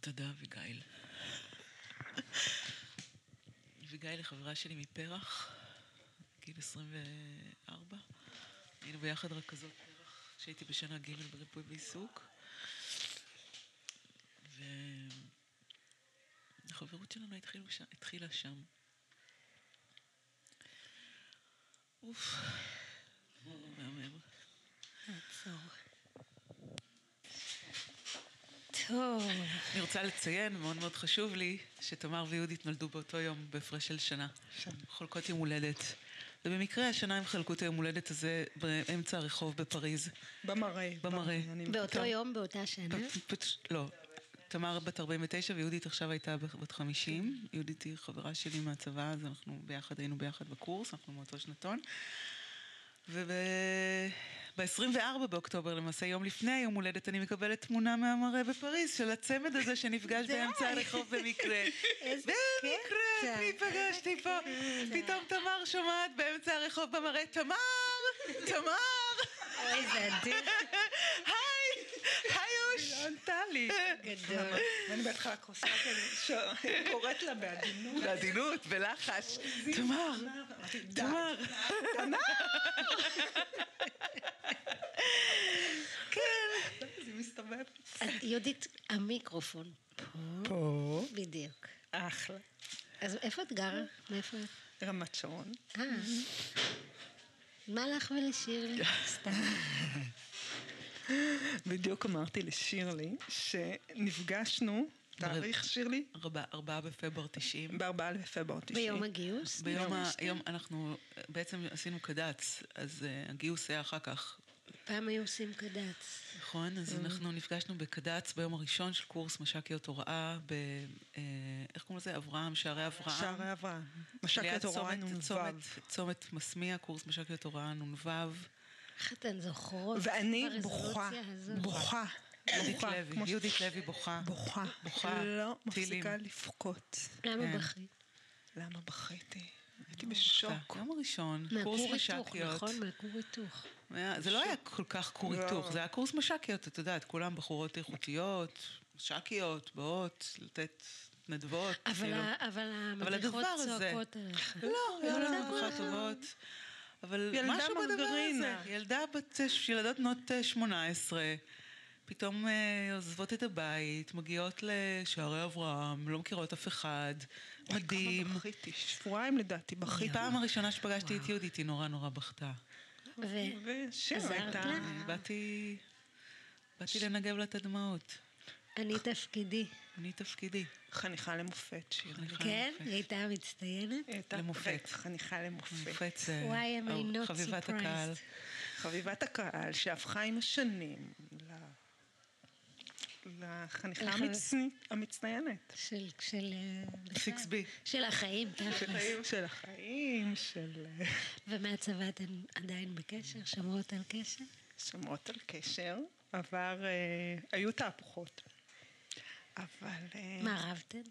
תודה, אביגיל. אביגיל היא חברה שלי מפרח, גיל 24. היינו ביחד רכזות פרח, שהייתי בשנה ג' בריפוי בעיסוק. והחברות שלנו התחילה שם. אוף, מהמם. עצור. טוב. אני רוצה לציין, מאוד מאוד חשוב לי, שתמר ויהודית נולדו באותו יום בהפרש של שנה. חולקות יום הולדת. ובמקרה השנה הם חלקו את היום הולדת הזה באמצע הרחוב בפריז. במראה. באותו יום, באותה שנה? לא. תמר בת 49 ויהודית עכשיו הייתה בת 50. יהודית היא חברה שלי מהצבא, אז אנחנו ביחד, היינו ביחד בקורס, אנחנו מאותו שנתון. וב-24 באוקטובר, למעשה יום לפני היום הולדת, אני מקבלת תמונה מהמראה בפריז, של הצמד הזה שנפגש באמצע הרחוב במקרה. במקרה, אני פגשתי פה. פתאום תמר שומעת באמצע הרחוב במראה, תמר! אוי, זה אדיר. היי! היוש! לא ענתה לי. גדול. ואני בהתחלה קורסת, קוראת לה בעדינות. בעדינות, בלחש. תמר! כן. זה מסתובב. יהודית, המיקרופון. פה. בדיוק. אחלה. אז איפה את גרה? מאיפה את? רמת שרון. מה לך ולשירלי? סתם. בדיוק אמרתי לשירלי שנפגשנו, תאריך שירלי? 4 בפברואר 90. ב4 בפברואר 90. ביום הגיוס? היום אנחנו בעצם עשינו קד"צ, אז הגיוס היה אחר כך. פעם היו עושים קד"צ. נכון, אז אנחנו נפגשנו בקד"צ ביום הראשון של קורס מש"קיות הוראה, איך קוראים לזה? אברהם, שערי אברהם. שערי אברהם. מש"קיות הוראה נ"ו. צומת מסמיע, קורס מש"קיות הוראה נ"ו. איך אתן זוכרות? ואני בוכה. יהודית לוי בוכה. לא מפסיקה לפקות. למה בכית? למה בכיתי? הייתי בשוק. יום הראשון, קורס מש"קיות. נכון, מהכור היתוך. זה לא היה כל כך כור היתוך, זה היה קורס מש"קיות, את יודעת, כולם בחורות איכותיות, מש"קיות, באות, לתת נדבות. אבל המדריכות צועקות עליך. לא, היו לנו מדריכות טובות. אבל משהו בדבר הזה, ילדות בנות 18, פתאום עוזבות את הבית, מגיעות לשערי אברהם, לא מכירות אף אחד, מדהים. כמה בכיתי, שבועיים לדעתי בכיתי. פעם הראשונה שפגשתי את יהודית, היא נורא נורא בכתה. ועזרת לה? באתי לנגב לה את הדמעות. אני תפקידי. חניכה למופת, שירלי. כן? היא הייתה מצטיינת? למופת. חניכה למופת. Why am I not חביבת הקהל. חביבת הקהל שהפכה עם השנים לחניכה המצטיינת. של 6B. של החיים. של החיים, של... ומהצבא אתן עדיין בקשר? שמרות על קשר? שמרות על קשר, אבל היו תהפוכות. אבל... מה, רבתן?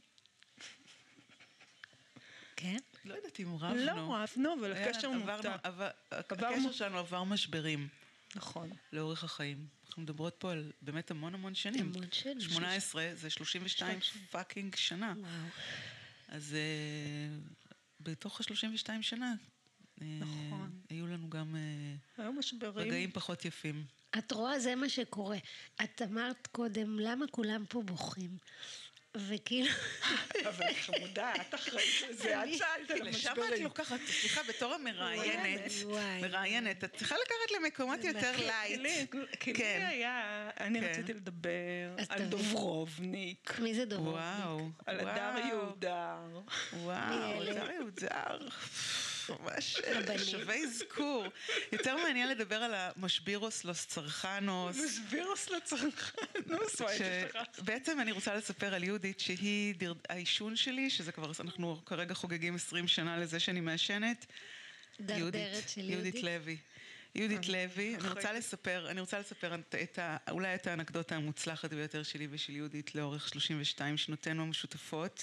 כן? לא יודעת אם רבנו. לא רבנו, אבל הקשר נותק. הקשר שלנו עבר משברים. נכון. לאורך החיים. אנחנו מדברות פה על באמת המון שנים. המון שנים. 18 זה 32 פאקינג שנה. וואו. אז בתוך ה-32 שנה, נכון. היו לנו גם רגעים פחות יפים. את רואה, זה מה שקורה. את אמרת קודם, למה כולם פה בוכים? וכאילו... אבל חמודה, את אחראית לזה, את שאלת על לשם המשברים. את לוקחת, סליחה, בתור המראיינת, את צריכה לקחת למקומות יותר לייט. כי לי היה, אני רציתי לדבר על דוברובניק. מי זה דוברובניק? וואו. על הדר יהודר. וואו, הדר יהודר. ממש שווה אזכור. יותר מעניין לדבר על המשבירוס צרכנוס. משבירוס צרכנוס. בעצם אני רוצה לספר על יהודית שהיא העישון שלי, שזה כבר, אנחנו כרגע חוגגים 20 שנה לזה שאני מעשנת. דרדרת של יהודית לוי. יהודית לוי, אני רוצה לספר אולי את האנקדוטה המוצלחת ביותר שלי ושל יהודית לאורך 32 שנותינו המשותפות.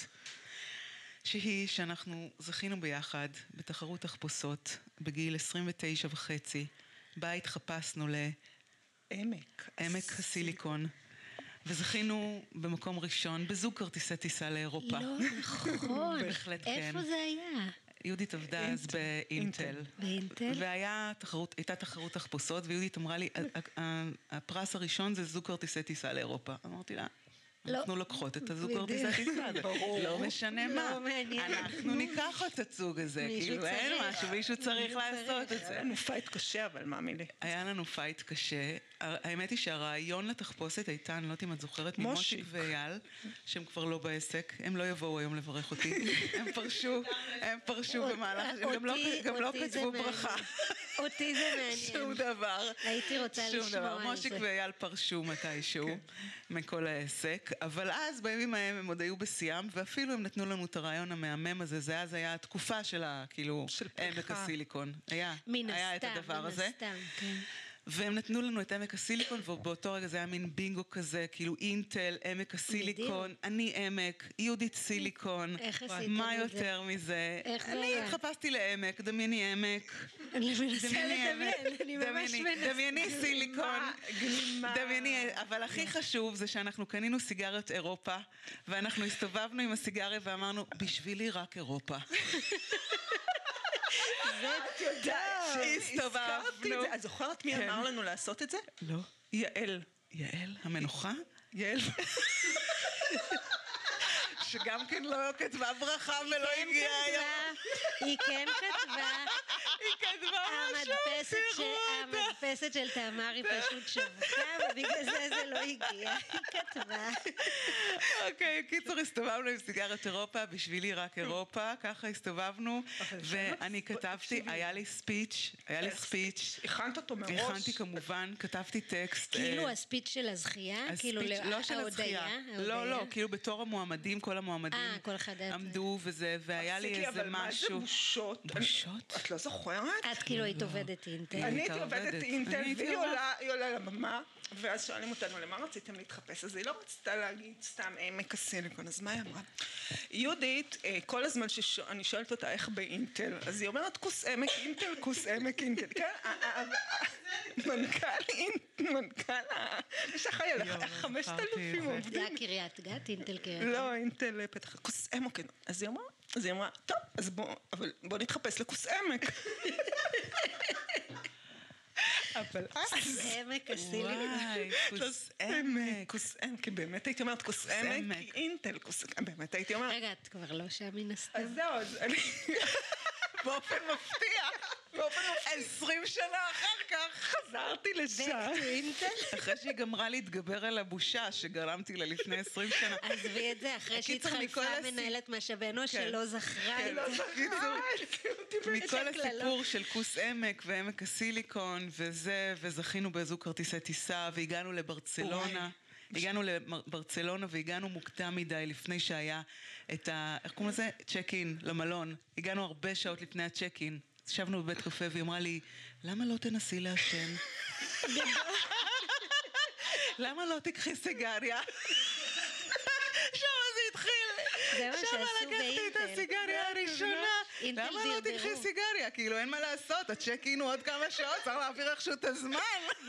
שאנחנו זכינו ביחד בתחרות תחפושות בגיל 29.5, בית חפשנו לעמק הסיליקון, וזכינו במקום ראשון בזוג כרטיסי טיסה לאירופה. לא נכון. בהחלט כן. איפה זה היה? יהודית עבדה אז באינטל. באינטל? והייתה תחרות תחפושות, ויהודית אמרה לי, הפרס הראשון זה זוג כרטיסי טיסה לאירופה. אמרתי לה, אנחנו לוקחות את הזוג כרטיסי טיסה, לא משנה מה. אנחנו ניקח את הזוג הזה, כאילו אין משהו, מישהו צריך לעשות את זה. היה לנו פייט קשה, אבל מה מילי? היה לנו פייט קשה. האמת היא שהרעיון לתחפושת הייתה, אני לא יודעת אם את זוכרת, ממושיק ואייל, שהם כבר לא בעסק, הם לא יבואו היום לברך אותי, הם פרשו במהלך, הם גם לא כתבו ברכה. אותי זה מעניין. שום דבר. הייתי רוצה לשמוע על זה. מושיק ואייל פרשו מתישהו מכל העסק, אבל אז בימים ההם הם עוד היו בשיאם, ואפילו הם נתנו לנו את הרעיון המהמם הזה, זה אז היה התקופה של כאילו עמק הסיליקון. היה את הדבר הזה. מן הסתם, כן. והם נתנו לנו את עמק הסיליקון, ובאותו רגע זה היה מין בינגו כזה, כאילו אינטל, עמק הסיליקון, אני עמק, יהודית סיליקון, מה יותר מזה? אני התחפשתי לעמק, דמייני עמק, אני מנסה לדמיין, אני ממש מנסה. דמייני סיליקון, דמייני, אבל הכי חשוב זה שאנחנו קנינו סיגריות אירופה, ואנחנו הסתובבנו עם הסיגריה ואמרנו, בשבילי רק אירופה. את יודעת שהסתובבנו. את זוכרת מי אמר לנו לעשות את זה? לא. יעל. יעל? המנוחה? יעל. שגם כן לא כתבה ברכה ולא הגיעה היום. היא כן כתבה. היא כתבה משהו, תראו אותה. המדפסת של תאמרי פשוט שבקה, ובגלל זה לא הגיע. היא כתבה. אוקיי, קיצור, הסתובבנו עם סיגרת אירופה, בשבילי רק אירופה, ככה הסתובבנו, ואני כתבתי, היה לי ספיץ'. הכנת אותו מראש? הכנתי כמובן, כתבתי טקסט. כאילו הספיץ' של הזכייה? כאילו ההודיה? לא, כאילו בתור המועמדים, כל המועמדים עמדו וזה, והיה לי איזה משהו. אבל מה זה בושות? בושות? את לא זוכרת? את כאילו היית עובדת אינטל. אני הייתי עובדת אינטל, והיא עולה לבמה, ואז שואלים אותנו, למה רציתם להתחפש? אז היא לא רצתה להגיד סתם עמק הסיליקון, אז מה היא אמרה? יהודית, כל הזמן שאני שואלת אותה איך באינטל, אז היא אומרת כוס עמק אינטל, כוס עמק אינטל, כן? מנכ"ל, יש לך 5,000 עובדים. זה היה קריית גת, אינטל קריית גת? לא, אינטל פתח, כוס עמק. אז היא אמרה, טוב, אז בוא נתחפש לכוס עמק. אבל כוס עמק הסיליקון. כוס עמק. כי באמת הייתי אומרת כוס עמק, כי אינטל, באמת הייתי אומרת. רגע, את כבר לא שם מן הסתם. אז זהו, אז אני... באופן מפתיע. 20 שנה אחר כך חזרתי לשם. אחרי שהיא גמרה להתגבר על הבושה שגרמתי לה לפני 20 שנה. עזבי את זה, אחרי שהתחלפה מנהלת משאבי אנוש שלא זכרה את זה. מכל הסיפור של כוס עמק ועמק הסיליקון וזה, וזכינו באיזו כרטיסי טיסה, והגענו לברצלונה. הגענו לברצלונה והגענו מוקדם מדי לפני שהיה את איך קוראים לזה? צ'ק-אין למלון. הגענו הרבה שעות לפני הצ'ק-אין. ישבנו בבית קפה והיא אמרה לי, למה לא תנסי לעשן? למה לא תקחי סיגריה? שם זה התחיל. שם לקחתי את הסיגריה הראשונה. למה לא תקחי סיגריה? כאילו אין מה לעשות, הצ'ק-אין הוא עוד כמה שעות, צריך להעביר איכשהו את הזמן.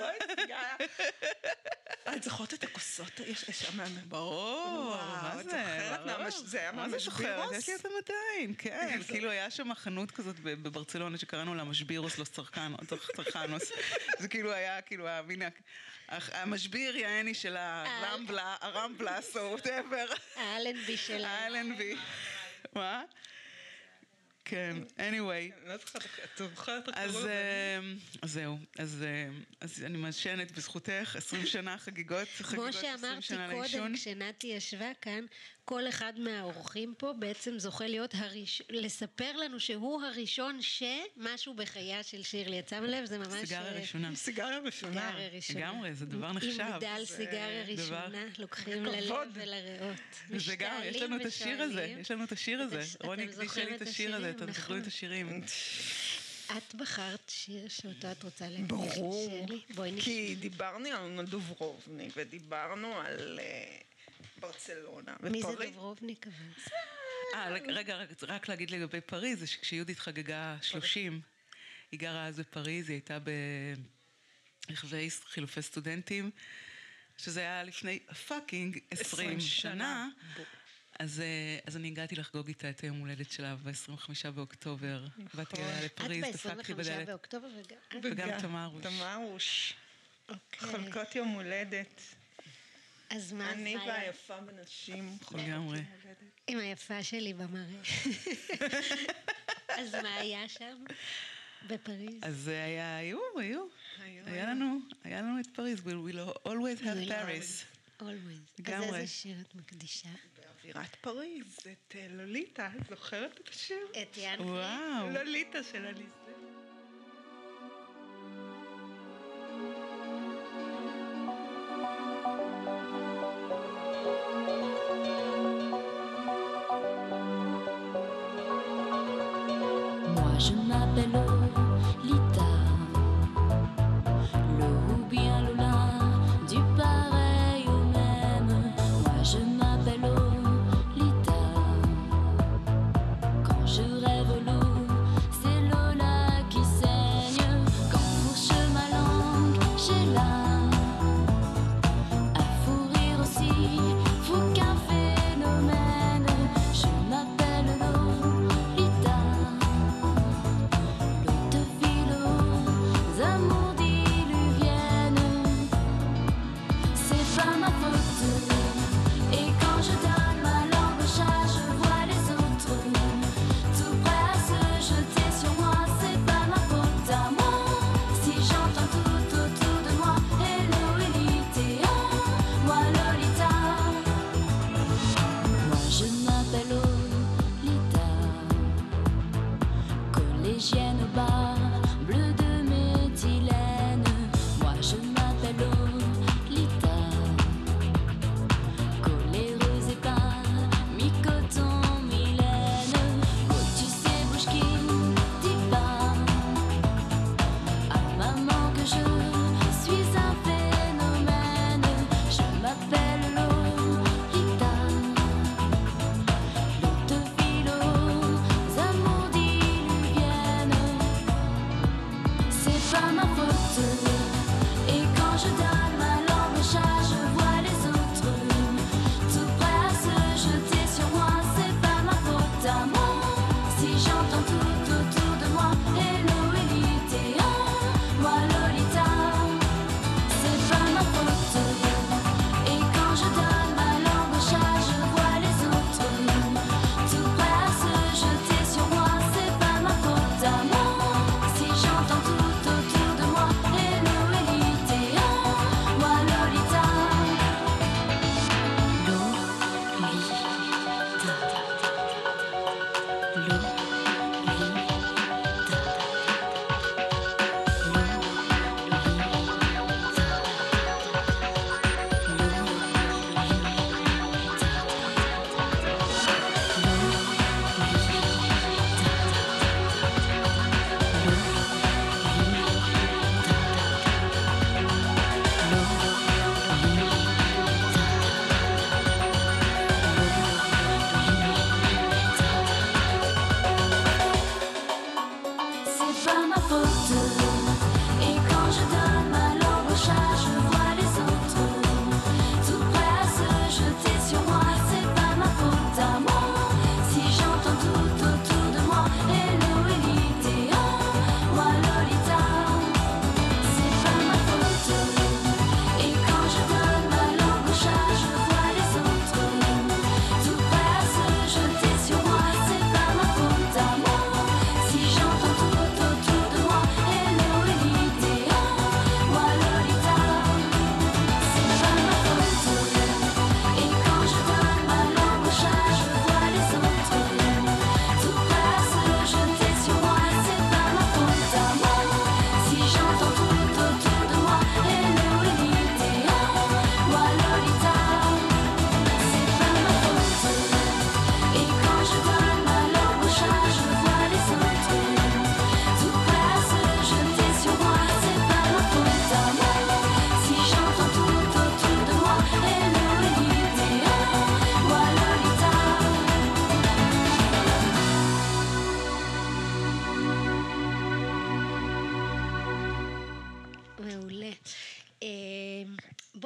את זוכרת את הכוסות? יש שם... ברור, מה זה? זה היה מהמשבירוס? יש לי את המדעים, כן. כאילו היה שם חנות כזאת בברצלונה שקראנו לה משבירוס, לא צרכנוס. זה כאילו היה, כאילו, המשביר יעני של הרמבלס, או whatever. האלנבי של האלנבי. מה? כן, anyway. אז זהו, אז אני מעשנת בזכותך 20 שנה חגיגות. כמו שאמרתי קודם, כשנתי ישבה כאן, כל אחד מהאורחים פה בעצם זוכה להיות לספר לנו שהוא הראשון שמשהו בחייה של שירלי. יצא מלב, זה ממש... סיגריה ראשונה. סיגריה ראשונה. לגמרי, זה דבר נחשב. עם מדל סיגריה ראשונה, לוקחים ללב ולריאות. זה גם, יש לנו את השיר הזה, רוני הקדישה לי את השיר הזה, אתם זוכרו את השירים. את בחרת שיר שאותו את רוצה להגיד. ברור, כי דיברנו על דוברובני ודיברנו על ברצלונה. מי זה דוברובניק אבל? רגע, רק להגיד לגבי פריז, זה שכשיהודית חגגה 30, היא גרה אז בפריז, היא הייתה ברכבי חילופי סטודנטים, שזה היה לפני פאקינג 20 שנה. אז אני הגעתי לחגוג איתה את היום הולדת שלה ב-25 באוקטובר. באתי אליה לפריז, דפקתי בדלת. את ב-25 באוקטובר וגם תמרוש. תמרוש. חולקות יום הולדת. אז מה אני והיפה בנשים חולקות יום הולדת. עם היפה שלי במראה. אז מה היה שם? בפריז? אז היו. היה לנו את פריז. We will always have Paris. always. אז איזה שיר את מקדישה? באווירת פריז, את לוליטה. זוכרת את השיר? את ינקי? וואו. לוליטה של אליסה. Je m'appelle Lolita, le ou bien Lola, du pareil au même. Moi je m'appelle Lolita. Quand je rêve l'eau, c'est Lola qui saigne. Quand fourche ma langue, j'ai là à fou rire aussi, fou qu'un phénomène. Je m'appelle Lolita.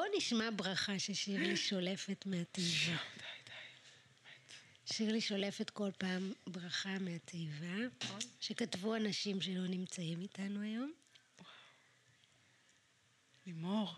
בוא נשמע ברכה ששירלי שולפת מהתיבה. שירלי שולפת כל פעם ברכה מהתיבה, שכתבו אנשים שלא נמצאים איתנו היום. לימור.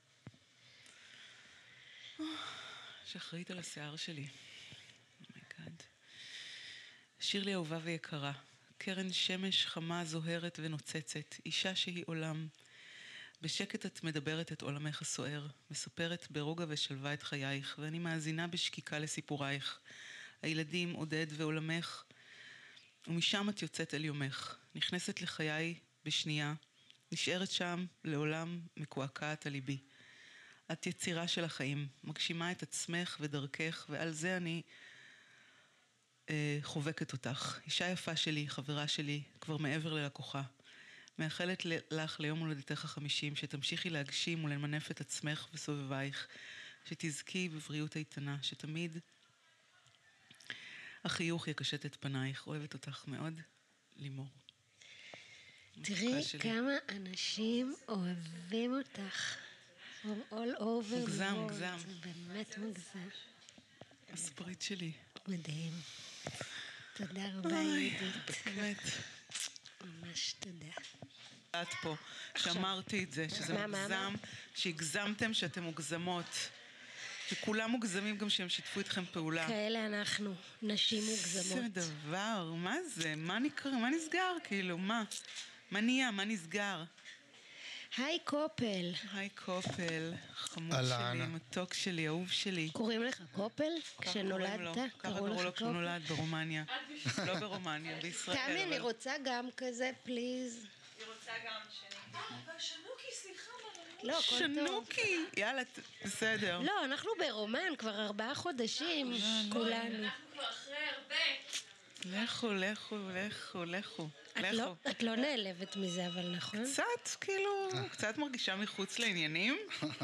שאחראית על השיער שלי. אומייגאד. שירלי אהובה ויקרה. קרן שמש חמה, זוהרת ונוצצת. אישה שהיא עולם. בשקט את מדברת את עולמך הסוער. מספרת ברוגע ושלווה את חייך. ואני מאזינה בשקיקה לסיפורייך. הילדים, עודד ועולמך. ומשם את יוצאת אל יומך. נכנסת לחיי בשנייה. נשארת שם לעולם מקועקעת על ליבי. את יצירה של החיים, מגשימה את עצמך ודרכך, ועל זה אני חובקת אותך. אישה יפה שלי, חברה שלי, כבר מעבר ללקוחה. מאחלת לך ליום הולדתך ה-50, שתמשיכי להגשים ולמנף את עצמך וסובבייך, שתזכי בבריאות איתנה, שתמיד החיוך יקשט את פנייך. אוהבת אותך מאוד, לימור. תראי כמה אנשים אוהבים אותך. all over מוגזם, the world. מוגזם. זה באמת מוגזם. הספרית שלי. מדהים. תודה רבה, יהודית. באמת. ממש תודה. את פה, שאמרתי את זה, שזה מוגזם, שהגזמתם שאתם מוגזמות. שכולם מוגזמים גם שהם שיתפו איתכם פעולה. כאלה אנחנו, נשים מוגזמות. איזה דבר, מה זה? מה נקרא? מה נסגר? כאילו, מה? מה נהיה? מה נסגר? היי קופל. היי קופל, חמוד שלי, מתוק שלי, אהוב שלי. קוראים לך קופל? כשנולדת? ככה קראו לו כשהוא נולד ברומניה. לא ברומניה, בישראל. תמי, אני רוצה גם כזה, פליז. היא רוצה גם שנוקי, סליחה. לא, הכל טוב. שנוקי, יאללה, בסדר. לא, אנחנו ברומן כבר 4 חודשים, כולנו. אנחנו כבר אחרי הרבה. לכו. את לא נעלבת מזה, אבל נכון? קצת, כאילו, קצת מרגישה מחוץ לעניינים.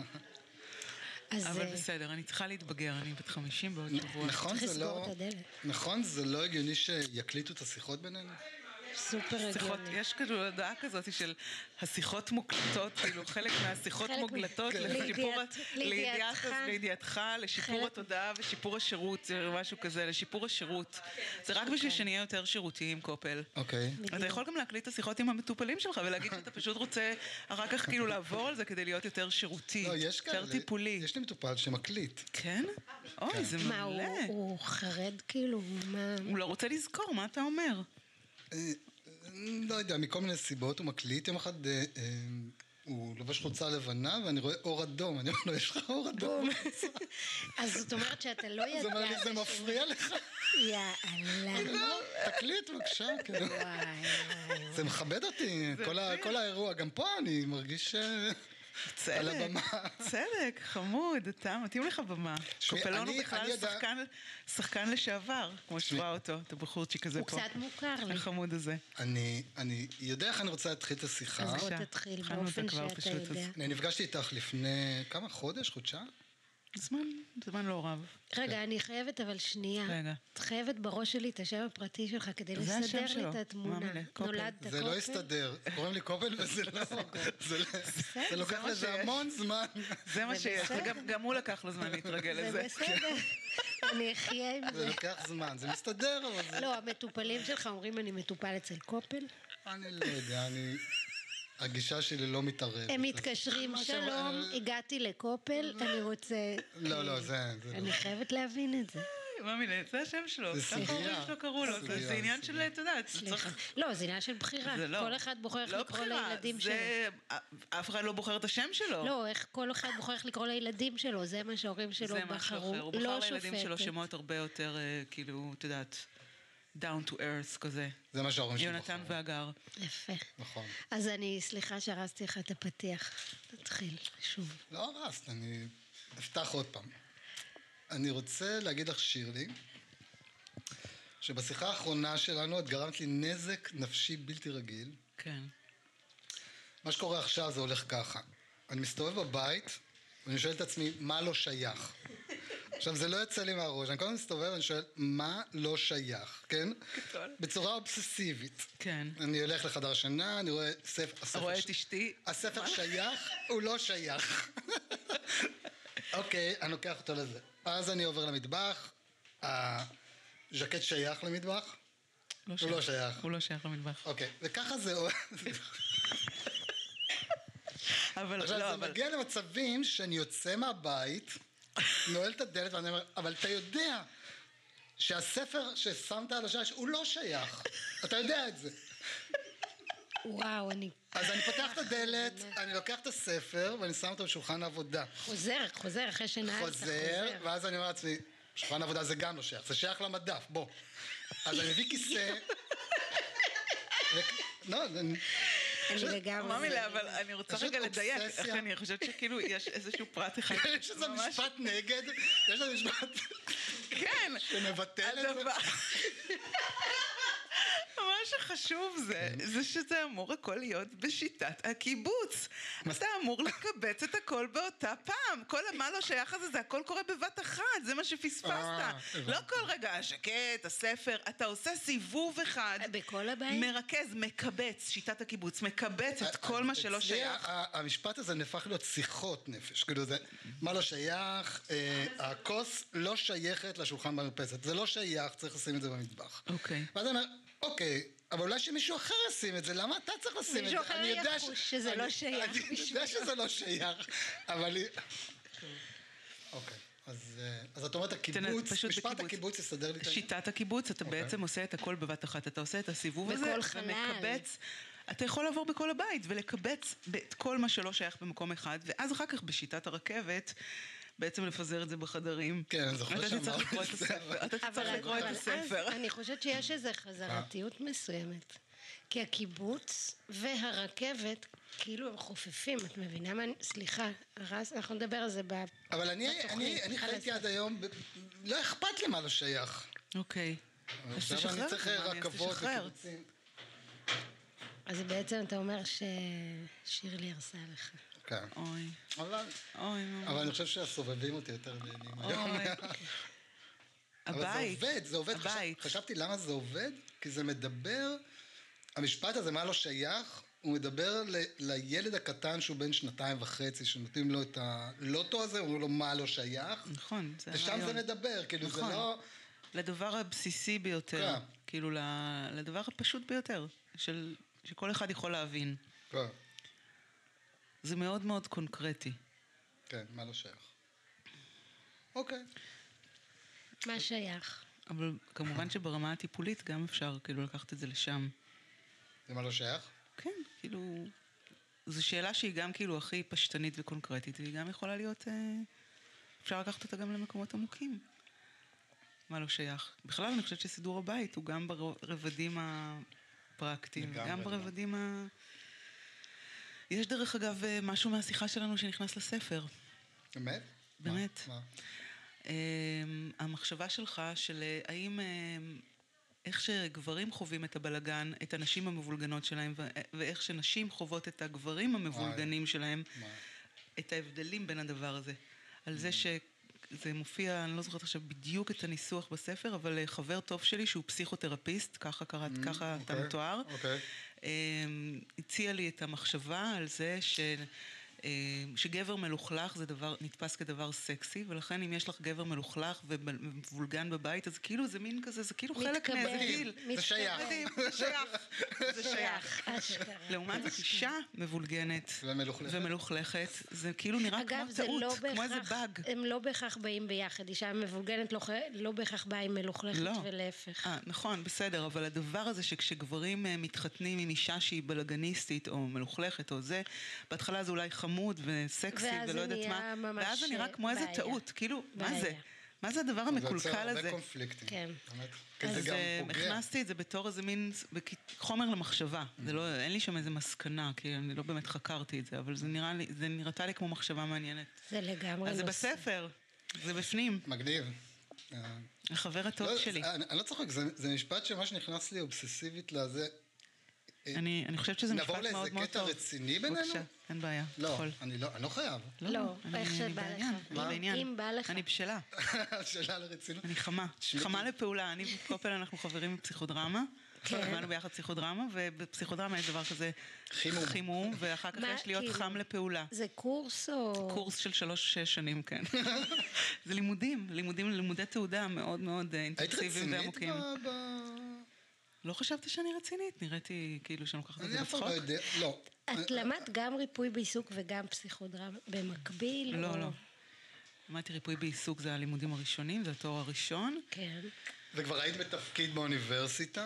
אבל בסדר, אני צריכה להתבגר, אני בת 50 בעוד שבוע. נכון, זה לא הגיוני שיקליטו את השיחות בינינו? סופר הגיוני. יש כאילו הודעה כזאת של השיחות מוקלטות, כאילו חלק מהשיחות מוקלטות לידיעתך, לשיפור התודעה ושיפור השירות, זה משהו כזה, לשיפור השירות. זה רק בשביל שנהיה יותר שירותיים, קופל. אוקיי. אתה יכול גם להקליט את השיחות עם המטופלים שלך ולהגיד שאתה פשוט רוצה אחר כך כאילו לעבור על זה כדי להיות יותר שירותי, יותר טיפולי. יש לי מטופל שמקליט. כן? אוי, זה מלא. מה, הוא חרד כאילו? הוא לא רוצה לזכור, מה אתה אומר? לא יודע, מכל מיני סיבות הוא מקליט. יום אחד הוא לובש חולצה לבנה ואני רואה אור אדום. אני אומר לו, יש לך אור אדום? אז זאת אומרת שאתה לא ידעת... זה אומר לי, זה מפריע לך? יאללה. תקליט בבקשה. זה מכבד אותי, כל האירוע. גם פה אני מרגיש... על הבמה. צדק, חמוד, אתה מתאים לך במה. קופלון הוא בכלל שחקן לשעבר, כמו שרואה אותו, את הבחורצ'יק הזה פה. הוא קצת מוכר לי. החמוד הזה. אני יודע איך אני רוצה להתחיל את השיחה. אז בוא תתחיל באופן שאתה יודע. אני נפגשתי איתך לפני כמה חודש, חודשה? זמן לא רב. רגע, אני חייבת אבל שנייה. רגע. את חייבת בראש שלי את השם הפרטי שלך כדי לסדר לי את התמונה. נולדת קופל? זה לא יסתדר. קוראים לי קופל וזה לא... זה לוקח לזה המון זמן. זה מה שיש. גם הוא לקח לו זמן להתרגל לזה. זה בסדר. אני אחיה עם זה. זה לוקח זמן. זה מסתדר, אבל זה... לא, המטופלים שלך אומרים אני מטופל אצל קופל? אני לא יודע, הגישה שלי לא מתערבת. הם מתקשרים, שלום, הגעתי לקופל, אני רוצה... לא, זה... אני חייבת להבין את זה. זה השם שלו. זה סוגיה. שלו קראו לו. זה עניין של, אתה יודע, לא, זה עניין של בחירה. כל אחד בוחר איך לקרוא לילדים שלו. אף אחד לא בוחר את השם שלו. לא, איך כל אחד בוחר איך לקרוא לילדים שלו, זה מה שההורים שלו בחרו. הוא בחר לילדים שלו שמות הרבה יותר, כאילו, אתה יודעת, down to earth כזה. זה מה שההורים שלו בחרו. יונתן והגר. יפה. נכון. אז סליחה שהרסתי לך את הפתיח. תתחיל, שוב. לא הרסת, אני אפתח עוד פעם. אני רוצה להגיד לך, שירלי, שבשיחה האחרונה שלנו את גרמת לי נזק נפשי בלתי רגיל. כן. מה שקורה עכשיו זה הולך ככה. אני מסתובב בבית, ואני שואל את עצמי, מה לא שייך? עכשיו, זה לא יצא לי מהראש. אני קודם מסתובב ואני שואל, מה לא שייך, כן? בצורה אובססיבית. כן. אני הולך לחדר שינה, אני רואה ספר... רואה את אשתי. הספר שייך, הוא לא שייך. אוקיי, אני לוקח אותו לזה. אז אני עובר למטבח, הז'קט שייך למטבח? הוא לא שייך. הוא לא שייך למטבח. אוקיי, וככה זה... אבל עכשיו, לא, זה אבל... מגיע למצבים שאני יוצא מהבית, נועל את הדלת ואני אומר, אבל אתה יודע שהספר ששמת על השש הוא לא שייך. אתה יודע את זה. וואו, אז אני פותח את הדלת, אני לוקח את הספר ואני שם אותו בשולחן העבודה. חוזר אחרי שנעלת. חוזר, ואז אני אומר לעצמי, שולחן העבודה זה גם לא שייך, זה שייך למדף, בוא. אז אני מביא כיסא. לא, אני לגמרי. מילה, אבל אני רוצה רגע לדייק, אני חושבת שכאילו יש איזשהו פרט אחד. יש איזה משפט נגד, יש איזה משפט כן, שמבטל את זה. מה שחשוב זה שזה אמור הכל להיות בשיטת הקיבוץ. אתה אמור לקבץ את הכל באותה פעם. כל מה לא שייך הזה, זה הכל קורה בבת אחת, זה מה שפספסת. לא כל רגע, השקט, הספר, אתה עושה סיבוב אחד. בכל הבית? מרכז, מקבץ, שיטת הקיבוץ, מקבץ את כל מה שלא שייך. המשפט הזה נהפך להיות שיחות נפש. כאילו זה, מה לא שייך, הכוס לא שייכת לשולחן במרפסת. זה לא שייך, צריך לשים את זה במטבח. אוקיי. ואז אני אומר, אוקיי, אבל אולי שמישהו אחר ישים את זה, למה אתה צריך לשים את זה? מישהו אחר יחוש שזה לא שייך. אני יודע שזה לא שייך, אבל... אוקיי, אז את אומרת הקיבוץ, משפט הקיבוץ יסדר לי את העניין? שיטת הקיבוץ, אתה בעצם עושה את הכל בבת אחת, אתה עושה את הסיבוב הזה, ומקבץ, אתה יכול לעבור בכל הבית ולקבץ את כל מה שלא שייך במקום אחד, ואז אחר כך בשיטת הרכבת, בעצם לפזר את זה בחדרים. כן, אני זוכר שאמרת. אתה תצטרך לקרוא את הספר. אני חושבת שיש איזו חזרתיות מסוימת. כי הקיבוץ והרכבת, כאילו הם חופפים, את מבינה מה? סליחה, אנחנו נדבר על זה בתוכנית. אבל אני חייתי עד היום, לא אכפת לי מה לא שייך. אוקיי. עכשיו אני צריך רכבות וקיבוצים. אז בעצם אתה אומר ששירלי הרסה לך. כן. אוי. אבל אני חושב שהסובבים אותי יותר נהנים היום. הבית. אבל זה עובד. חשבתי למה זה עובד? כי זה מדבר, המשפט הזה, מה לא שייך, הוא מדבר לילד הקטן שהוא בן 2.5, שנותנים לו את הלוטו הזה, אומרים לו מה לא שייך. נכון. ושם זה מדבר, כאילו זה לא... לדבר הבסיסי ביותר. כאילו לדבר הפשוט ביותר, שכל אחד יכול להבין. כן. זה מאוד מאוד קונקרטי. כן, מה לא שייך. אוקיי. מה שייך? אבל כמובן שברמה הטיפולית גם אפשר כאילו לקחת את זה לשם. זה מה לא שייך? כן, כאילו... זו שאלה שהיא גם כאילו הכי פשטנית וקונקרטית, והיא גם יכולה להיות... אפשר לקחת אותה גם למקומות עמוקים. מה לא שייך? בכלל אני חושבת שסידור הבית הוא גם ברבדים הפרקטיים, גם ברבדים ה... יש דרך אגב משהו מהשיחה שלנו שנכנס לספר. באמת? באמת. מה? המחשבה שלך של האם, איך שגברים חווים את הבלגן, את הנשים המבולגנות שלהם, ואיך שנשים חוות את הגברים המבולגנים שלהם, את ההבדלים בין הדבר הזה. על זה שזה מופיע, אני לא זוכרת עכשיו בדיוק את הניסוח בספר, אבל חבר טוב שלי שהוא פסיכותרפיסט, ככה אתה מתואר, הציע לי את המחשבה על זה שגבר מלוכלך זה דבר, נתפס כדבר סקסי, ולכן אם יש לך גבר מלוכלך ומבולגן בבית, אז כאילו זה מין כזה, זה כאילו חלק מאיזה גיל. זה שייך. זה שייך. לעומת זאת אישה מבולגנת ומלוכלכת, זה כאילו נראה כמו טעות, כמו איזה באג. הם לא בהכרח באים ביחד, אישה מבולגנת לא בהכרח באה עם מלוכלכת ולהפך. נכון, בסדר, אבל הדבר הזה שכשגברים מתחתנים עם אישה שהיא בלגניסטית או מלוכלכת או זה, בהתחלה זה אולי חמוד וסקסי ולא יודעת מה, ואז זה נראה כמו איזה טעות, כאילו, מה זה? מה זה הדבר המקולקל הזה? זה הרבה קונפליקטים. כן. אז הכנסתי את זה בתור איזה מין חומר למחשבה. אין לי שם איזה מסקנה, כי אני לא באמת חקרתי את זה, אבל זה נראתה לי כמו מחשבה מעניינת. זה לגמרי אז זה בספר, זה בפנים. מגניב. החבר הטוב שלי. אני לא צוחק, זה משפט שממש נכנס לי אובססיבית לזה. אני חושבת שזה משפט מאוד מאוד טוב. נעבור לאיזה קטע רציני בינינו? בבקשה, אין בעיה. לא, אני לא חייב. לא, איך שבא לך. אם בא לך. אני בשלה. שאלה לרצינות. אני חמה לפעולה. אני וקופל אנחנו חברים בפסיכודרמה. למדנו ביחד פסיכודרמה, ובפסיכודרמה יש דבר כזה חימום, ואחר כך יש להיות חם לפעולה. זה קורס או... קורס של 3-6 שנים, כן. זה לימודי תעודה מאוד מאוד אינטנסיביים ועמוקים. היית רצינית לא חשבתי שאני רצינית, נראיתי כאילו שאני לוקחת את זה בצחוק. אני אף פעם לא יודע, לא. את למדת גם ריפוי בעיסוק וגם פסיכודרמה במקביל? לא, לא. למדתי ריפוי בעיסוק, זה הלימודים הראשונים, זה התואר הראשון. כן. וכבר היית בתפקיד באוניברסיטה?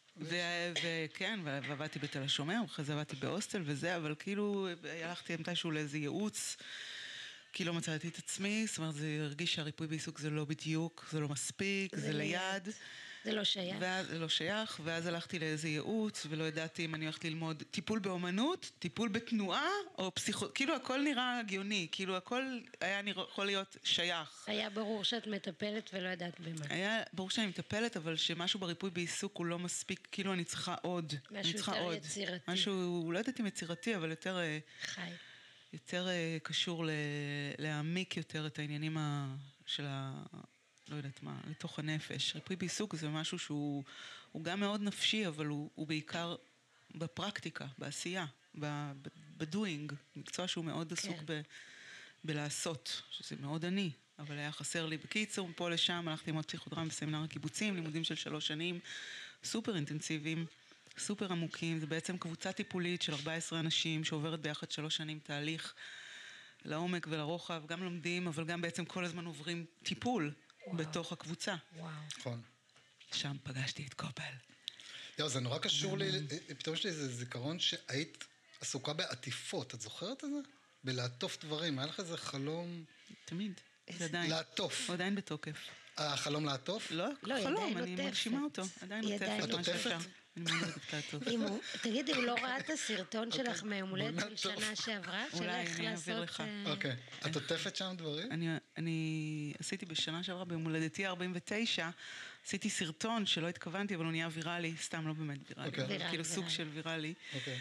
וכן, ועבדתי בתל השומר, ואחרי זה עבדתי בהוסטל וזה, אבל כאילו הלכתי מתישהו לאיזה ייעוץ, כי לא מצאתי את עצמי, זאת אומרת, זה הרגיש שהריפוי בעיסוק זה לא בדיוק, זה לא מספיק, זה ליד. זה לא שייך. זה לא שייך, ואז הלכתי לאיזה ייעוץ, ולא ידעתי אם אני הולכת ללמוד טיפול באומנות, טיפול בתנועה, או כאילו הכל נראה הגיוני, כאילו הכל היה יכול להיות שייך. היה ברור שאת מטפלת ולא ידעת במה. היה ברור שאני מטפלת, אבל שמשהו בריפוי בעיסוק הוא לא מספיק, כאילו אני צריכה עוד. משהו יותר יצירתי. משהו, לא יודעת אם יצירתי, אבל יותר... חי. יותר קשור להעמיק יותר את העניינים של לא יודעת מה, לתוך הנפש. ריפוי בעיסוק זה משהו שהוא גם מאוד נפשי, אבל הוא בעיקר בפרקטיקה, בעשייה, בדוינג, מקצוע שהוא מאוד עסוק בלעשות, שזה מאוד עני, אבל היה חסר לי בקיצור, מפה לשם, הלכתי ללמוד פסיכודרמה בסמינר הקיבוצים, לימודים של 3 שנים, סופר אינטנסיביים, סופר עמוקים, זה בעצם קבוצה טיפולית של 14 אנשים שעוברת ביחד 3 שנים תהליך לעומק ולרוחב, גם לומדים, אבל גם בעצם כל הזמן עוברים טיפול בתוך הקבוצה. נכון. שם פגשתי את קופל. יאו, זה נורא קשור לי, פתאום יש לי איזה זיכרון שהיית עסוקה בעטיפות, את זוכרת את זה? בלעטוף דברים, היה לך איזה חלום... תמיד, זה עדיין. לעטוף. הוא עדיין בתוקף. החלום לעטוף? לא, חלום, אני מגשימה אותו. עדיין עוטפת. את עוטפת? אני מאוד אוהבת לעטוף. תגידי, הוא לא ראה את הסרטון שלך מהיומולדת של שנה שעברה? אולי, אני אעביר לך. אוקיי. את עוטפת שם דברים? אני עשיתי בשנה שעברה ביומולדתי 49, עשיתי סרטון שלא התכוונתי, אבל הוא נהיה ויראלי, סתם לא באמת ויראלי, כאילו סוג של ויראלי. אוקיי.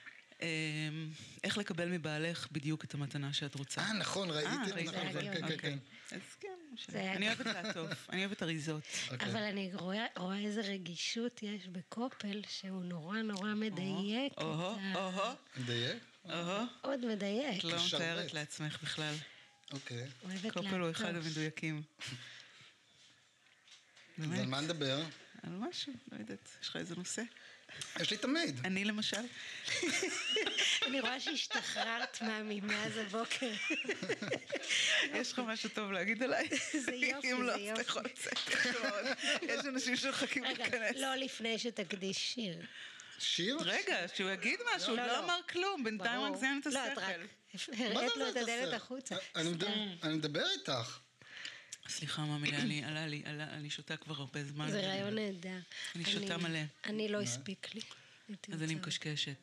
איך לקבל מבעלך בדיוק את המתנה שאת רוצה. נכון, ראיתי. כן. אז כן, אני אוהבת לעטוף, אני אוהבת אריזות. אבל אני רואה איזה רגישות יש בקופל, שהוא נורא נורא מדייק. מדייק? עוד מדייק. לא מתארת לעצמך בכלל. אוקיי. קופל הוא אחד המדויקים. אז על מה נדבר? על משהו, לא יודעת, יש לך איזה נושא? יש לי תמיד. אני למשל. אני רואה שהשתחררת מאז הבוקר. יש לך משהו טוב להגיד עליי? זה יופי, אם לא, זה אז אתה יכול לצאת. יש אנשים שמחכים להיכנס. רגע, לא לפני שתקדיש שיר. שיר? רגע, שהוא יגיד משהו, לא אמר כלום, בינתיים רק זיין את השכל. לא, את רק הראית לו את הדלת החוצה. אני מדבר איתך. סליחה, מאמי, אני שותה כבר הרבה זמן. זה רעיון נהדר. אני שותה מלא. אני לא הספיק לי. אז אני מקשקשת.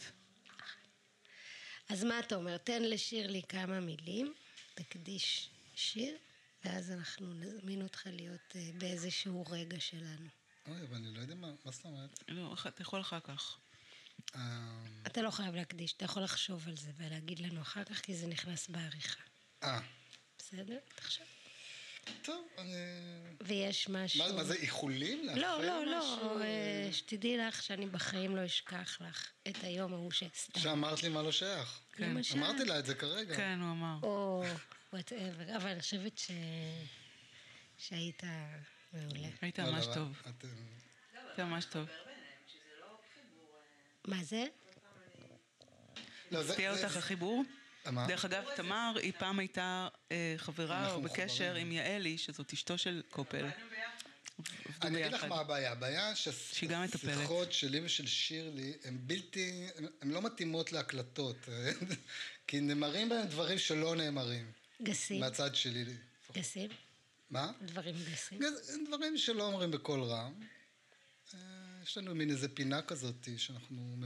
אז מה אתה אומר? תן לשירלי כמה מילים, תקדיש שיר, ואז אנחנו נזמין אותך להיות באיזשהו רגע שלנו. אוי, אבל אני לא יודע מה זאת אומרת. לא, אתה יכול אחר כך. אתה לא חייב להקדיש, אתה יכול לחשוב על זה ולהגיד לנו אחר כך, כי זה נכנס בעריכה. בסדר? תחשוב. טוב, ויש משהו... מה זה, איחולים? לא, שתדעי לך שאני בחיים לא אשכח לך את היום ההוא שסתם. שאמרת לי מה לא שייך. אמרתי לה את זה כרגע. כן, הוא אמר. או whatever, אבל אני חושבת שהיית מעולה. היית ממש טוב. היית ממש טוב. מה זה? הפתיע אותך החיבור? דרך אגב, תמר, היא פעם הייתה חברה או בקשר עם יעלי, שזאת אשתו של קופל. אני אגיד לך מה הבעיה. הבעיה שהשיחות שלי ושל שירלי הן לא מתאימות להקלטות, כי נאמרים בהם דברים שלא נאמרים. גסים. מהצד שלי. גסים? מה? דברים גסים. דברים שלא אומרים בקול רם. יש לנו מין איזה פינה כזאת שאנחנו...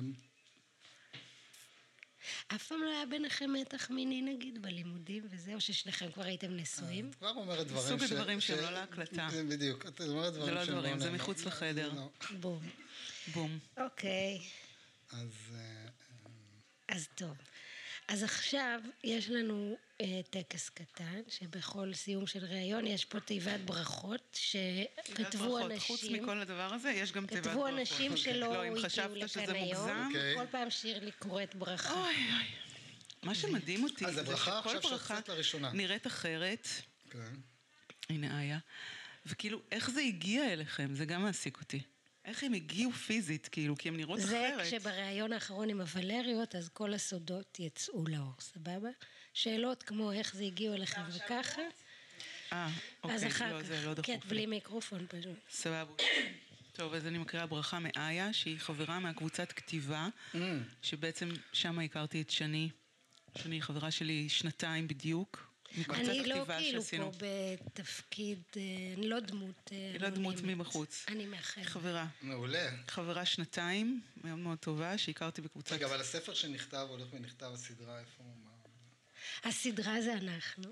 אף פעם לא היה ביניכם מתח מיני נגיד בלימודים וזה, או ששניכם כבר הייתם נשואים? כבר אומרת דברים סוג הדברים שהם לא להקלטה. בדיוק, את אומרת דברים שהם לא דברים, זה מחוץ לחדר. בום. אוקיי. אז טוב. אז עכשיו יש לנו טקס קטן, שבכל סיום של ראיון יש פה תיבת ברכות, שכתבו אנשים... חוץ מכל הדבר הזה, יש גם תיבת ברכות. כתבו אנשים שלא אם הגיעו חשבת לכאן שזה היום, מוגזם. כל פעם שירלי קוראת ברכה. אוי אוי. מה שמדהים אותי, אז זה הברכה שכל עכשיו ברכה שצאת לראשונה. נראית אחרת. כן. הנה איה. וכאילו, איך זה הגיע אליכם? זה גם מעסיק אותי. איך הם הגיעו פיזית, כאילו, כי הם נראות זה אחרת. כשבראיון האחרון עם הוולריות, אז כל הסודות יצאו לאור, סבבה? שאלות כמו איך זה הגיעו אליכם וככה. אז אוקיי, אחר לא, כך, זה לא דחוף. כן, בלי מיקרופון פשוט. סבבה. טוב, אז אני מקריאה ברכה מאיה, שהיא חברה מהקבוצת כתיבה, שבעצם שם הכרתי את שני. שני היא חברה שלי 2 בדיוק. אני לא כאילו פה בתפקיד, אני לא דמות... היא לא דמות מבחוץ. אני מאחלת. חברה. מעולה. חברה 2, מאוד מאוד טובה, שהכרתי בקבוצת... רגע, אבל הספר שנכתב, הולך ונכתב הסדרה, איפה הוא? הסדרה זה אנחנו.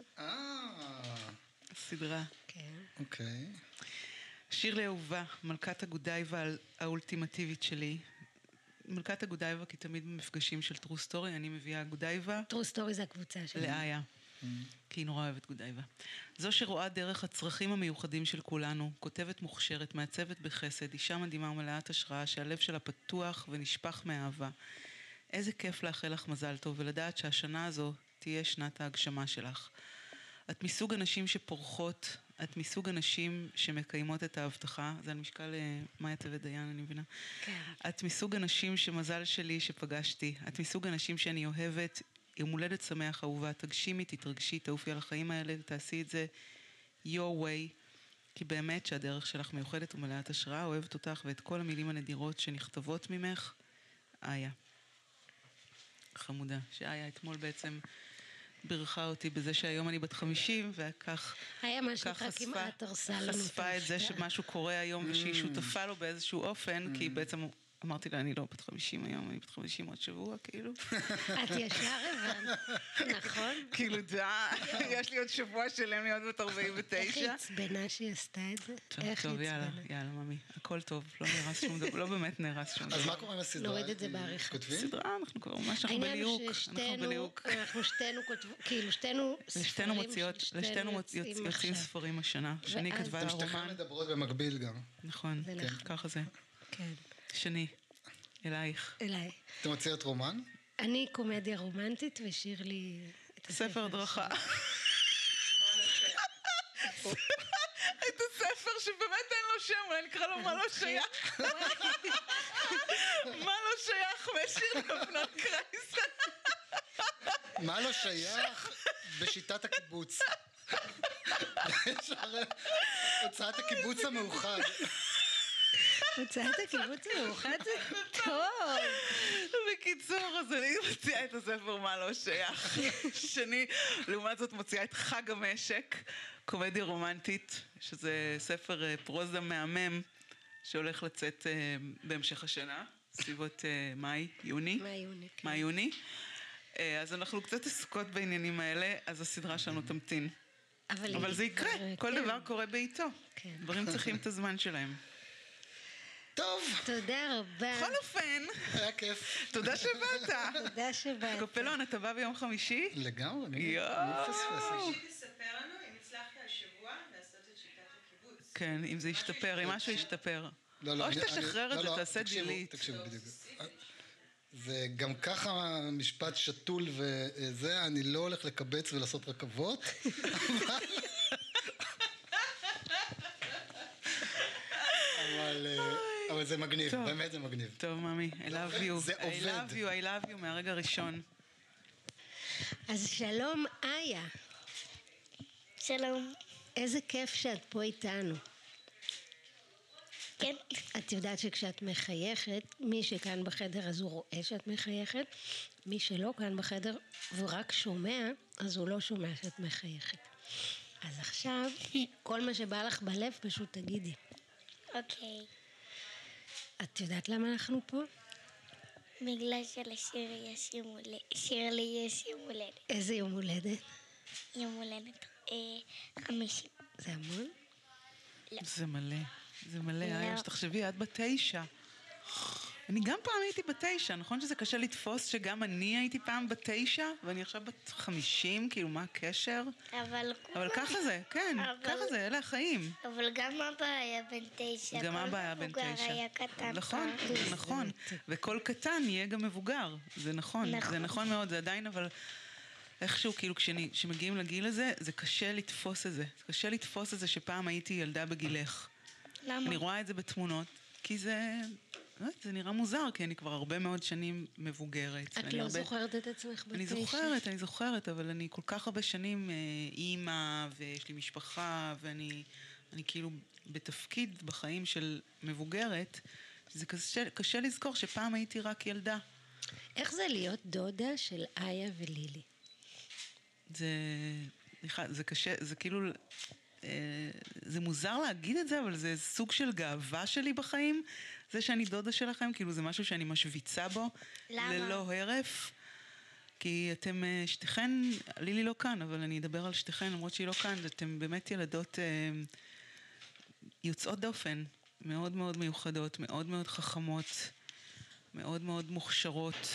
הסדרה. כן. אוקיי. שירלי אהובה, מלכת הגודייבה האולטימטיבית שלי. מלכת הגודייבה, כי תמיד במפגשים של טרו סטורי, אני מביאה גודייבה. טרו סטורי זה הקבוצה שלי. לאיה. כי היא נורא אוהבת גודייבה. זו שרואה דרך הצרכים המיוחדים של כולנו, כותבת מוכשרת, מעצבת בחסד, אישה מדהימה ומלאת השראה, שהלב שלה פתוח ונשפך מאהבה. איזה כיף לאחל לך מזל טוב, ולדעת שהשנה הזו תהיה שנת ההגשמה שלך. את מסוג אנשים שפורחות, את מסוג אנשים שמקיימות את ההבטחה, זה על משקל מאיה טבת דיין, אני מבינה. כן. את מסוג אנשים שמזל שלי שפגשתי, את מסוג אנשים שאני אוהבת, יום הולדת שמח אהובה, תגשימי, תתרגשי, תעופי על החיים האלה, תעשי את זה your way, כי באמת שהדרך שלך מיוחדת ומלאת השראה, אוהבת אותך ואת כל המילים הנדירות שנכתבות ממך, איה. חמודה, שאיה אתמול בעצם ברכה אותי בזה שהיום אני בת 50, וכך היה משהו כמעט הרסה לנו. חשפה את זה שמשהו קורה היום ושהיא שותפה לו באיזשהו אופן, כי בעצם אמרתי לה, אני לא בת 50 היום, אני בת 50 עוד שבוע, כאילו. את ישר הבנת, נכון? כאילו, יש לי עוד שבוע שלם להיות בת 49. איך היא עצבנה שהיא עשתה את זה? טוב, יאללה, ממי, הכל טוב, לא נרס שום דבר, לא באמת נרס שום דבר. אז מה קורה עם הסדרה? נוריד את זה בעריכה. כותבים? סדרה, אנחנו כבר ממש בליהוק. אנחנו שתינו כותבים, כאילו שתינו יוצאים ספרים השנה. שני כתבה אתם שתיכן רומן. מדברות במקביל גם. נכון, ככה זה. כן. שני, אלייך. אליי. אתם מוציאות רומן? אני קומדיה רומנטית ושירלי... ספר הדרכה. את הספר שבאמת אין לו שם, אולי נקרא לו מה לא שייך. מה לא שייך משיר לבנות קרייס. מה לא שייך בשיטת הקיבוץ? הוצאת הקיבוץ המאוחד. הוצאת הקיבוץ המאוחד זה טוב. בקיצור, אז אני מוציאה את הספר מה לא שייך. שני, לעומת זאת מוציאה את חג המשק, קומדיה רומנטית, שזה ספר פרוזה מהמם, שהולך לצאת בהמשך השנה, סביבות מאי-יוני. מאי-יוני. אז אנחנו קצת עסוקות בעניינים האלה, אז הסדרה שלנו תמתין. אבל זה יקרה, כל דבר קורה בעיתו. דברים צריכים את הזמן שלהם. טוב. תודה רבה. בכל אופן. היה כיף. תודה שבאת. תודה שבאת. קופלון, אתה בא ביום חמישי? לגמרי. יואו. תספר לנו אם הצלחת השבוע לעשות את שיטת הקיבוץ. כן, אם זה ישתפר, אם משהו ישתפר. או שתשחרר את זה, תעשה דילית. תקשיבו בדיוק. זה גם ככה משפט שתול וזה, אני לא הולך לקבץ ולעשות רכבות, אבל זה מגניב, באמת זה מגניב. טוב, ממי, I love you. זה עובד. I love you מהרגע הראשון. אז שלום, איה. שלום. איזה כיף שאת פה איתנו. כן. את יודעת שכשאת מחייכת, מי שכאן בחדר אז הוא רואה שאת מחייכת, מי שלא כאן בחדר ורק שומע, אז הוא לא שומע שאת מחייכת. אז עכשיו, כל מה שבא לך בלב פשוט תגידי. אוקיי. את יודעת למה אנחנו פה? בגלל שלשירלי יש יום הולדת. איזה יום הולדת? יום הולדת 50. זה המון? זה מלא. זה מלא, איה, שתחשבי, את בת 9. אני גם פעם הייתי ב9, נכון שזה קשה לתפוס שגם אני הייתי פעם ב9, ואני עכשיו בת 50, כאילו מה הקשר? אבל ככה זה, כן, ככה זה, אלה החיים. אבל גם אבא היה בן 9. גם אבא היה בן 9. כל מבוגר היה קטן. נכון, נכון. וכל קטן יהיה גם מבוגר, זה נכון, זה נכון מאוד, זה עדיין אבל... איכשהו, כאילו, כשמגיעים לגיל הזה, זה קשה לתפוס את זה. זה קשה לתפוס את זה שפעם הייתי ילדה בגילך. למה? אני רואה את זה בתמונות, כי זה נראה מוזר, כי אני כבר הרבה מאוד שנים מבוגרת. את לא זוכרת את עצמך ב9? אני זוכרת, אבל אני כל כך הרבה שנים אימא, ויש לי משפחה, ואני כאילו בתפקיד בחיים של מבוגרת, זה קשה לזכור שפעם הייתי רק ילדה. איך זה להיות דודה של איה ולילי? זה קשה, זה כאילו, זה מוזר להגיד את זה, אבל זה סוג של גאווה שלי בחיים, זה שאני דודה שלכם, כאילו זה משהו שאני משוויצה בו. למה? ללא הרף, כי אתם, שתיכן, לילי לא כאן, אבל אני אדבר על שתיכן, למרות שהיא לא כאן, אתם באמת ילדות יוצאות דופן, מאוד מאוד מיוחדות, מאוד מאוד חכמות, מאוד מאוד מוכשרות.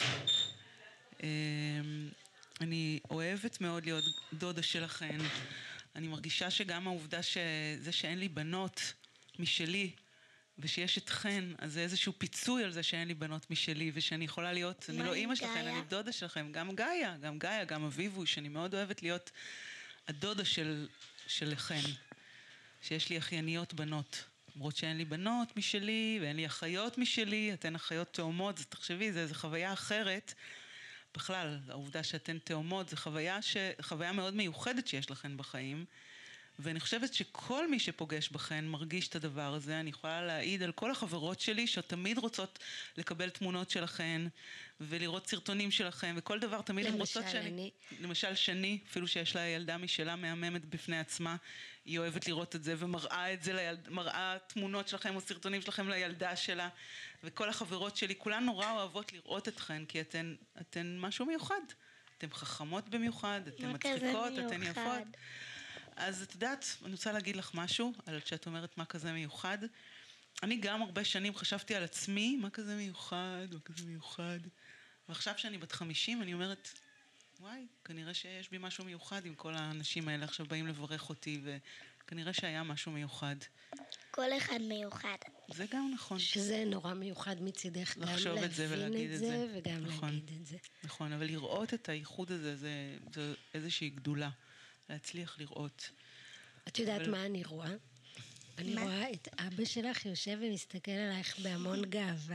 אני אוהבת מאוד להיות דודה שלכן. אני מרגישה שגם העובדה שזה שאין לי בנות משלי, ושיש אתכן, אז זה איזשהו פיצוי על זה שאין לי בנות משלי, ושאני יכולה להיות, אני לא אימא שלכן, אני דודה שלכם, גם גאיה, גם אביבו, שאני מאוד אוהבת להיות הדודה שלכן, שיש לי אחייניות בנות. למרות שאין לי בנות משלי, ואין לי אחיות משלי, אתן אחיות תאומות, אז תחשבי, זה חוויה אחרת. בכלל, העובדה שאתן תאומות, זו חוויה מאוד מיוחדת שיש לכן בחיים, ואני חושבת שכל מי שפוגש בכן מרגיש את הדבר הזה. אני יכולה להעיד על כל החברות שלי שתמיד רוצות לקבל תמונות שלכן ולראות סרטונים שלכם, וכל דבר תמיד הן רוצות שאני... למשל שני, אפילו שיש לה ילדה משלה מהממת בפני עצמה, היא אוהבת לראות את זה ומראה את זה, מראה תמונות שלכם או סרטונים שלכם לילדה שלה, וכל החברות שלי, כולן נורא אוהבות לראות אתכן, כי אתן משהו מיוחד. אתן חכמות במיוחד, אתן מצחיקות, אתן יפות. אז את יודעת, אני רוצה להגיד לך משהו, על שאת אומרת מה כזה מיוחד. אני גם הרבה שנים חשבתי על עצמי, מה כזה מיוחד, ועכשיו שאני בת 50, אני אומרת, וואי, כנראה שיש בי משהו מיוחד עם כל האנשים האלה עכשיו באים לברך אותי, וכנראה שהיה משהו מיוחד. כל אחד מיוחד. זה גם נכון. שזה נורא מיוחד מצידך, גם להבין את זה וגם להגיד את זה. נכון, אבל לראות את הייחוד הזה, זה איזושהי גדולה. להצליח לראות. את יודעת מה אני רואה? אני רואה את אבא שלך יושב ומסתכל עלייך בהמון גאווה.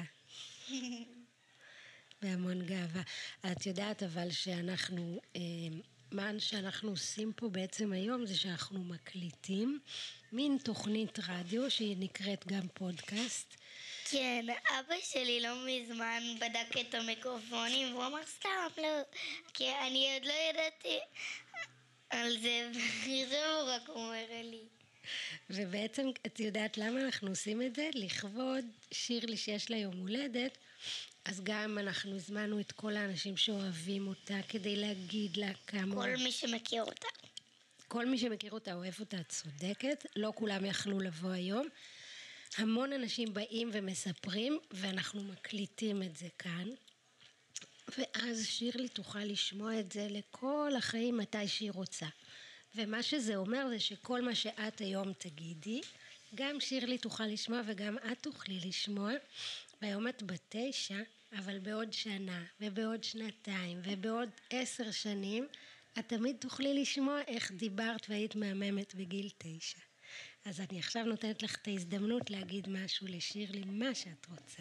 בהמון גאווה. את יודעת אבל שאנחנו, מה שאנחנו עושים פה בעצם היום זה שאנחנו מקליטים מין תוכנית רדיו שהיא נקראת גם פודקאסט. כן, אבא שלי לא מזמן בדק את המיקרופונים והוא אמר סתם, לא, כי אני עוד לא ידעתי על זה, וזה הוא רק אומר לי. ובעצם את יודעת למה אנחנו עושים את זה? לכבוד שירלי שיש לה יום הולדת, אז גם אנחנו הזמנו את כל האנשים שאוהבים אותה כדי להגיד לה כמה... כל מי שמכיר אותה. כל מי שמכיר אותה אוהב אותה, את צודקת, לא כולם יכלו לבוא היום. המון אנשים באים ומספרים, ואנחנו מקליטים את זה כאן. ואז שירלי תוכל לשמוע את זה לכל החיים מתי שהיא רוצה. ומה שזה אומר זה שכל מה שאת היום תגידי, גם שירלי תוכל לשמוע וגם את תוכלי לשמוע. והיום את ב9, אבל בעוד שנה ובעוד שנתיים ובעוד 10 שנים, את תמיד תוכלי לשמוע איך דיברת והיית מהממת בגיל 9. אז אני עכשיו נותנת לך את ההזדמנות להגיד משהו לשירלי, מה שאת רוצה.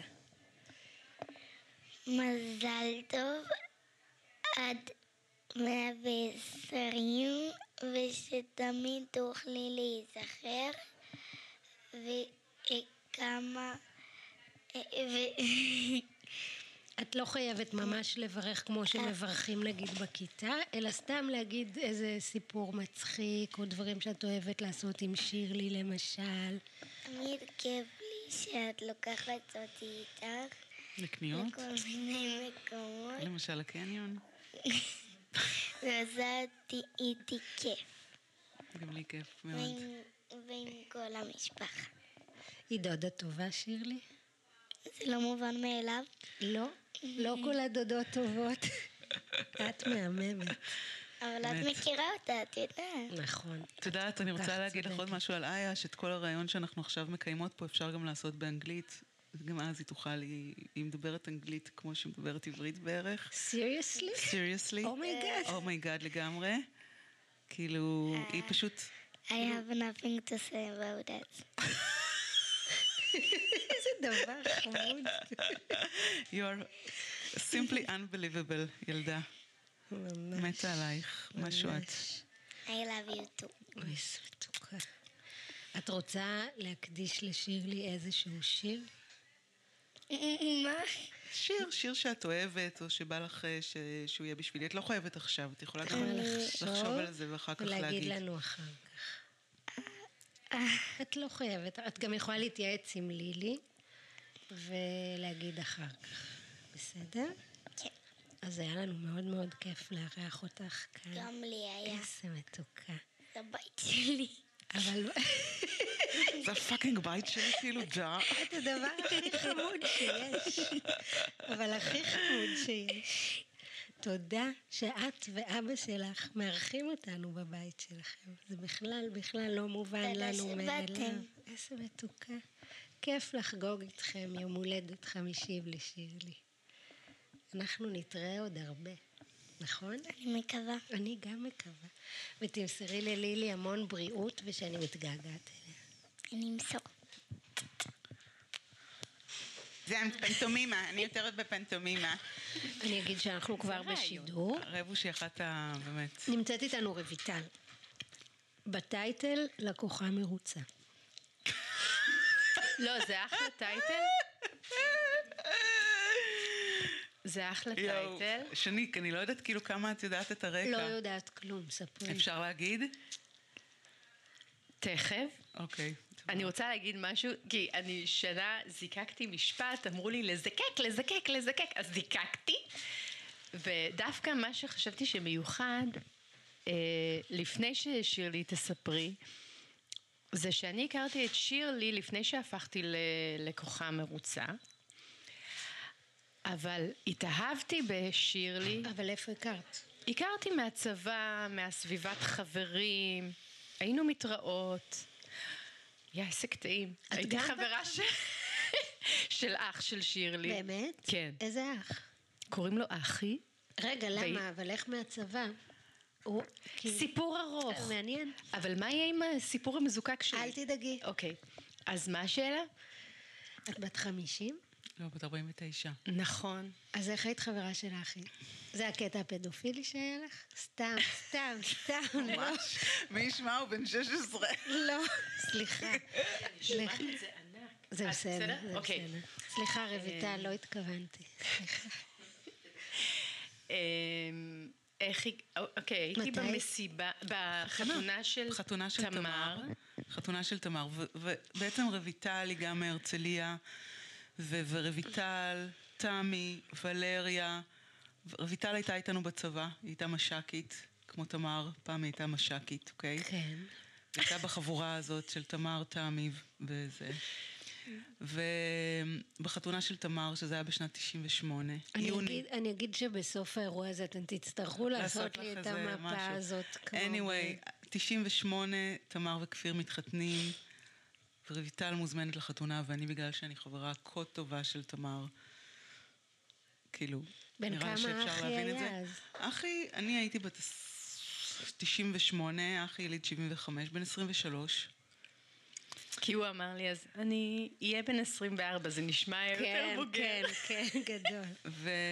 מזל טוב עד 120, ושתמיד תוכלי להיזכר, וכמה... את לא חייבת ממש לברך כמו שמברכים נגיד בכיתה, אלא סתם להגיד איזה סיפור מצחיק, או דברים שאת אוהבת לעשות עם שירלי למשל. תמיד כיף לי שאת לוקחת אותי איתך. לקניות? לכל מיני מקומות. למשל לקניון? ועושה איתי כיף. גם לי כיף מאוד. ועם כל המשפחה. היא דודה טובה שירלי? זה לא מובן מאליו. לא, לא כל הדודות טובות. את מהממת. אבל את מכירה אותה, את יודעת. נכון. את יודעת, אני רוצה להגיד לך עוד משהו על איה, שאת כל הרעיון שאנחנו עכשיו מקיימות פה אפשר גם לעשות באנגלית. גם אז היא תוכל, היא מדברת אנגלית כמו שהיא מדברת עברית בערך. סיריוסלי? סיריוסלי. אומייגאד. אומייגאד לגמרי. כאילו, היא פשוט... I have nothing to say about that. איזה דבר חמוד. You are simply unbelievable, ילדה. מתה עלייך, משהו את. I love you too. אוי, איזה מתוקה. את רוצה להקדיש לשירלי איזשהו שיר? מה? שיר שאת אוהבת, או שבא לך שהוא יהיה בשבילי. את לא חייבת עכשיו, את יכולה גם לחשוב על זה ואחר כך להגיד. ולהגיד לנו אחר כך. את לא חייבת, את גם יכולה להתייעץ עם לילי, ולהגיד אחר כך. בסדר? כן. אז היה לנו מאוד מאוד כיף לארח אותך כאן. גם לי היה. איזה מתוקה. זה הבית שלי. אבל... זה הפאקינג בית שלי, כאילו, ג'ה. את הדבר הכי חמוד שיש. אבל הכי חמוד שיש. תודה שאת ואבא שלך מארחים אותנו בבית שלכם. זה בכלל לא מובן לנו מאליו. איזה מתוקה. כיף לחגוג איתכם יום הולדת 50 לשירלי. אנחנו נתראה עוד הרבה, נכון? אני מקווה. אני גם מקווה. ותמסרי ללילי המון בריאות ושאני מתגעגעת אליה. אני אמסור. זה פנטומימה, אני יותר בפנטומימה. אני אגיד שאנחנו כבר בשידור. רבושי אחת באמת. נמצאת איתנו רויטל. בטייטל לקוחה מרוצה. לא, זה אחלה טייטל. זה אחלה טייטל. שניק, אני לא יודעת כאילו כמה את יודעת את הרקע. לא יודעת כלום, ספרי. אפשר להגיד? תכף. אוקיי. אני רוצה להגיד משהו, כי אני שנה זיקקתי משפט, אמרו לי לזקק, אז זיקקתי. ודווקא מה שחשבתי שמיוחד, לפני ששירלי תספרי, זה שאני הכרתי את שירלי לפני שהפכתי לקוחה מרוצה, אבל התאהבתי בשירלי. אבל איפה הכרת? הכרתי מהצבא, מהסביבת חברים, היינו מתראות. איזה קטעים. הייתי חברה של אח של שירלי. באמת? כן. איזה אח? קוראים לו אחי. רגע, למה? אבל איך מהצבא? סיפור ארוך. מעניין. אבל מה יהיה עם הסיפור המזוקק שלי? אל תדאגי. אוקיי. אז מה השאלה? את בת 50? לא, בת 49. נכון. אז איך היית חברה של אחי? זה הקטע הפדופילי שהיה לך? סתם. ממש. מי ישמע, הוא בן 16. לא, סליחה. זה ענק. זה בסדר. אוקיי. סליחה, רויטל, לא התכוונתי. סליחה. אוקיי, הייתי במסיבה, בחתונה של תמר. חתונה של תמר, ובעצם רויטל היא גם מהרצליה, ורויטל, תמי, ולריה, רויטל הייתה איתנו בצבא, היא הייתה מש"קית, כמו תמר, פעם היא הייתה מש"קית, אוקיי? כן. היא הייתה בחבורה הזאת של תמר, תמי וזה. ובחתונה של תמר, שזה היה בשנת 98, אני אגיד שבסוף האירוע הזה אתם תצטרכו לעשות לי את המפה הזאת. anyway, 98, תמר וכפיר מתחתנים, ורויטל מוזמנת לחתונה, ואני בגלל שאני חברה כה טובה של תמר, כאילו, נראה שאפשר להבין את זה. אחי, אני הייתי בת 98, אחי יליד 75, בן 23. כי הוא אמר לי, אז אני אהיה בן 24, זה נשמע יותר בוגר. כן, גדול.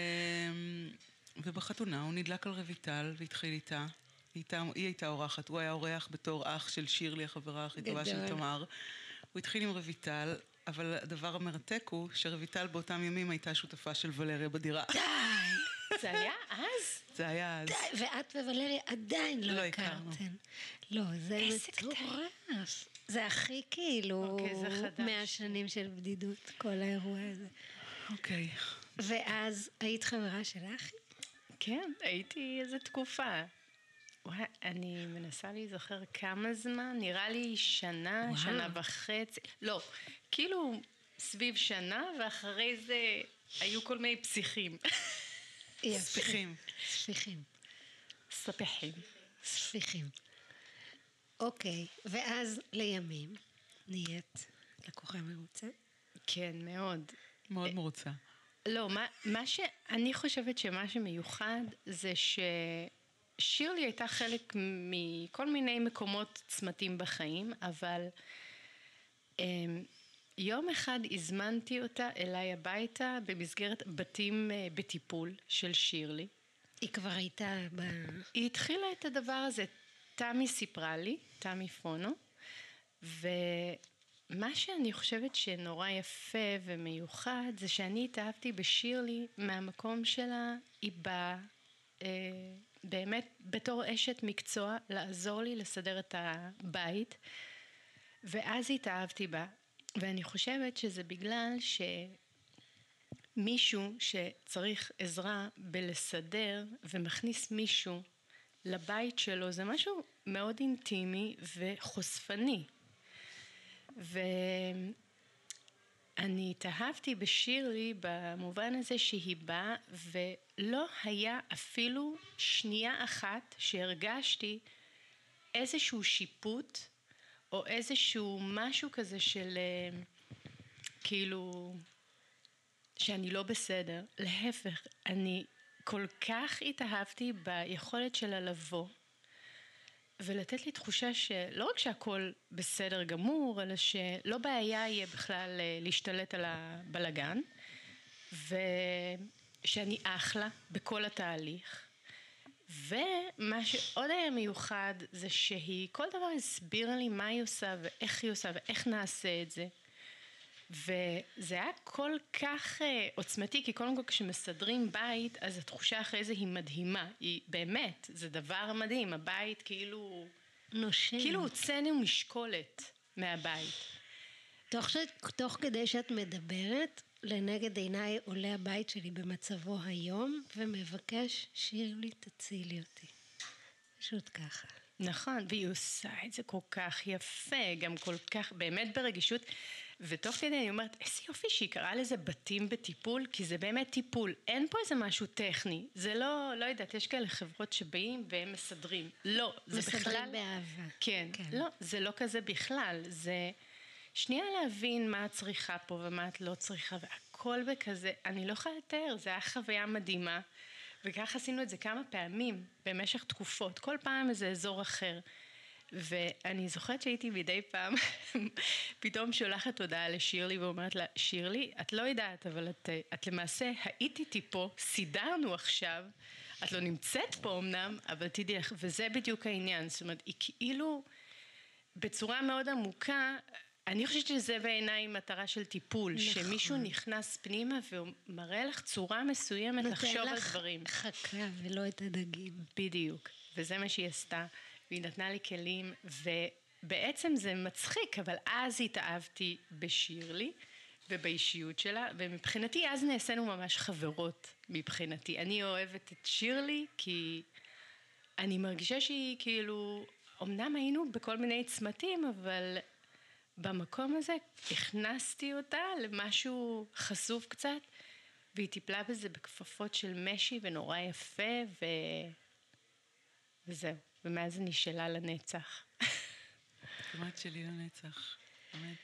ובחתונה הוא נדלק על רויטל והתחיל איתה. היא הייתה אורחת, הוא היה אורח בתור אח של שירלי, החברה הכי טובה של תמר. הוא התחיל עם רויטל, אבל הדבר המרתק הוא שרויטל באותם ימים הייתה שותפה של ולריה בדירה. די! זה היה אז? זה היה אז. ואת וולריה עדיין לא הכרתם. לא, זה מטורף. זה הכי כאילו 100 שנים של בדידות, כל האירוע הזה. אוקיי. ואז היית חברה של אחי? כן, הייתי איזו תקופה. אני מנסה להיזכר כמה זמן, נראה לי שנה וחצי. לא, כאילו סביב שנה, ואחרי זה היו כל מיני פסיכים. ספיחים. ספיחים. ספיחים. ספיחים. אוקיי, ואז לימים נהיית לקוחה מרוצה? כן, מאוד. מאוד מרוצה. לא, אני חושבת שמה שמיוחד זה ששירלי הייתה חלק מכל מיני מקומות צמתים בחיים, אבל יום אחד הזמנתי אותה אליי הביתה במסגרת בתים בטיפול של שירלי. היא כבר הייתה היא התחילה את הדבר הזה, תמי סיפרה לי, תמי פונו, ומה שאני חושבת שנורא יפה ומיוחד זה שאני התאהבתי בשירלי מהמקום שלה. היא באה באמת בתור אשת מקצוע לעזור לי לסדר את הבית, ואז התאהבתי בה, ואני חושבת שזה בגלל שמישהו שצריך עזרה בלסדר ומכניס מישהו לבית שלו, זה משהו מאוד אינטימי וחושפני. ואני התאהבתי בשירלי במובן הזה שהיא באה, ולא היה אפילו שנייה אחת שהרגשתי איזשהו שיפוט או איזשהו משהו כזה של כאילו שאני לא בסדר. להפך, אני כל כך התאהבתי ביכולת שלה לבוא ולתת לי תחושה שלא רק שהכל בסדר גמור, אלא שלא בעיה יהיה בכלל להשתלט על הבלגן, ושאני אחלה בכל התהליך. ומה שעוד היה מיוחד זה שהיא כל דבר הסבירה לי מה היא עושה ואיך היא עושה ואיך נעשה את זה. וזה היה כל כך עוצמתי, כי קודם כל כשמסדרים בית, אז התחושה אחרי זה היא מדהימה. היא באמת, זה דבר מדהים. הבית כאילו נושם. כאילו הוצאנו משקולת מהבית. תוך כדי שאת מדברת, לנגד עיניי עולה הבית שלי במצבו היום, ומבקש שירלי תצילי אותי. פשוט ככה. נכון, והיא עושה את זה כל כך יפה, גם כל כך באמת ברגישות, ותוך כדי אני אומרת, איזה יופי שהיא קראה לזה בתים בטיפול, כי זה באמת טיפול, אין פה איזה משהו טכני, זה לא יודעת, יש כאלה חברות שבאים והם מסדרים, לא, זה בכלל... מסדרים באהבה. כן, לא, זה לא כזה בכלל, זה שנייה להבין מה את צריכה פה ומה את לא צריכה, והכל בכזה, אני לא יכולה לתאר, זה היה חוויה מדהימה, וכך עשינו את זה כמה פעמים במשך תקופות, כל פעם איזה אזור אחר. ואני זוכרת שהייתי מדי פעם פתאום שולחת הודעה לשירלי ואומרת לה, שירלי, את לא יודעת, אבל את למעשה היית איתי פה, סידרנו עכשיו, את לא נמצאת פה אמנם, אבל תדעי לך, וזה בדיוק העניין. זאת אומרת, היא כאילו בצורה מאוד עמוקה, אני חושבת שזה בעיניי מטרה של טיפול, נכון. שמישהו נכנס פנימה ומראה לך צורה מסוימת לחשוב על דברים. נותן לך חכה ולא את הדגים. בדיוק, וזה מה שהיא עשתה, והיא נתנה לי כלים, ובעצם זה מצחיק, אבל אז התאהבתי בשירלי ובאישיות שלה, ומבחינתי אז נעשינו ממש חברות מבחינתי. אני אוהבת את שירלי, כי אני מרגישה שהיא כאילו, אמנם היינו בכל מיני צמתים, אבל במקום הזה הכנסתי אותה למשהו חשוף קצת, והיא טיפלה בזה בכפפות של משי ונורא יפה, וזהו. ומאז אני שלה לנצח. כמעט שלי לנצח, באמת.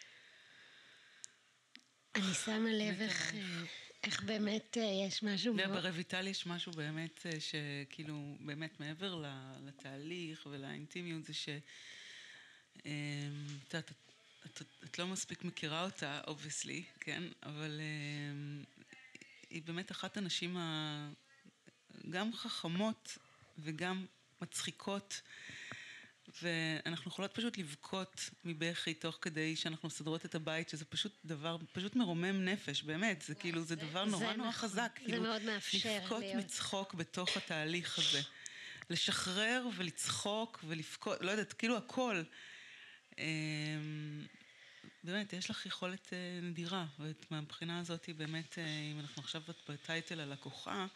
אני שמה לב איך באמת יש משהו... ברויטל יש משהו באמת שכאילו באמת מעבר לתהליך ולאינטימיות, זה ש... את לא מספיק מכירה אותה, obviously, כן? אבל היא באמת אחת הנשים גם חכמות וגם מצחיקות, ואנחנו יכולות פשוט לבכות מבכי תוך כדי שאנחנו מסדרות את הבית, שזה פשוט דבר, פשוט מרומם נפש, באמת, זה כאילו, זה דבר נורא נורא חזק. זה מאוד מאפשר. לבכות מצחוק בתוך התהליך הזה. לשחרר ולצחוק ולבכות, לא יודעת, כאילו הכל. באמת, יש לך יכולת נדירה, ומהבחינה הזאת באמת, אם אנחנו עכשיו בטייטל הלקוחה,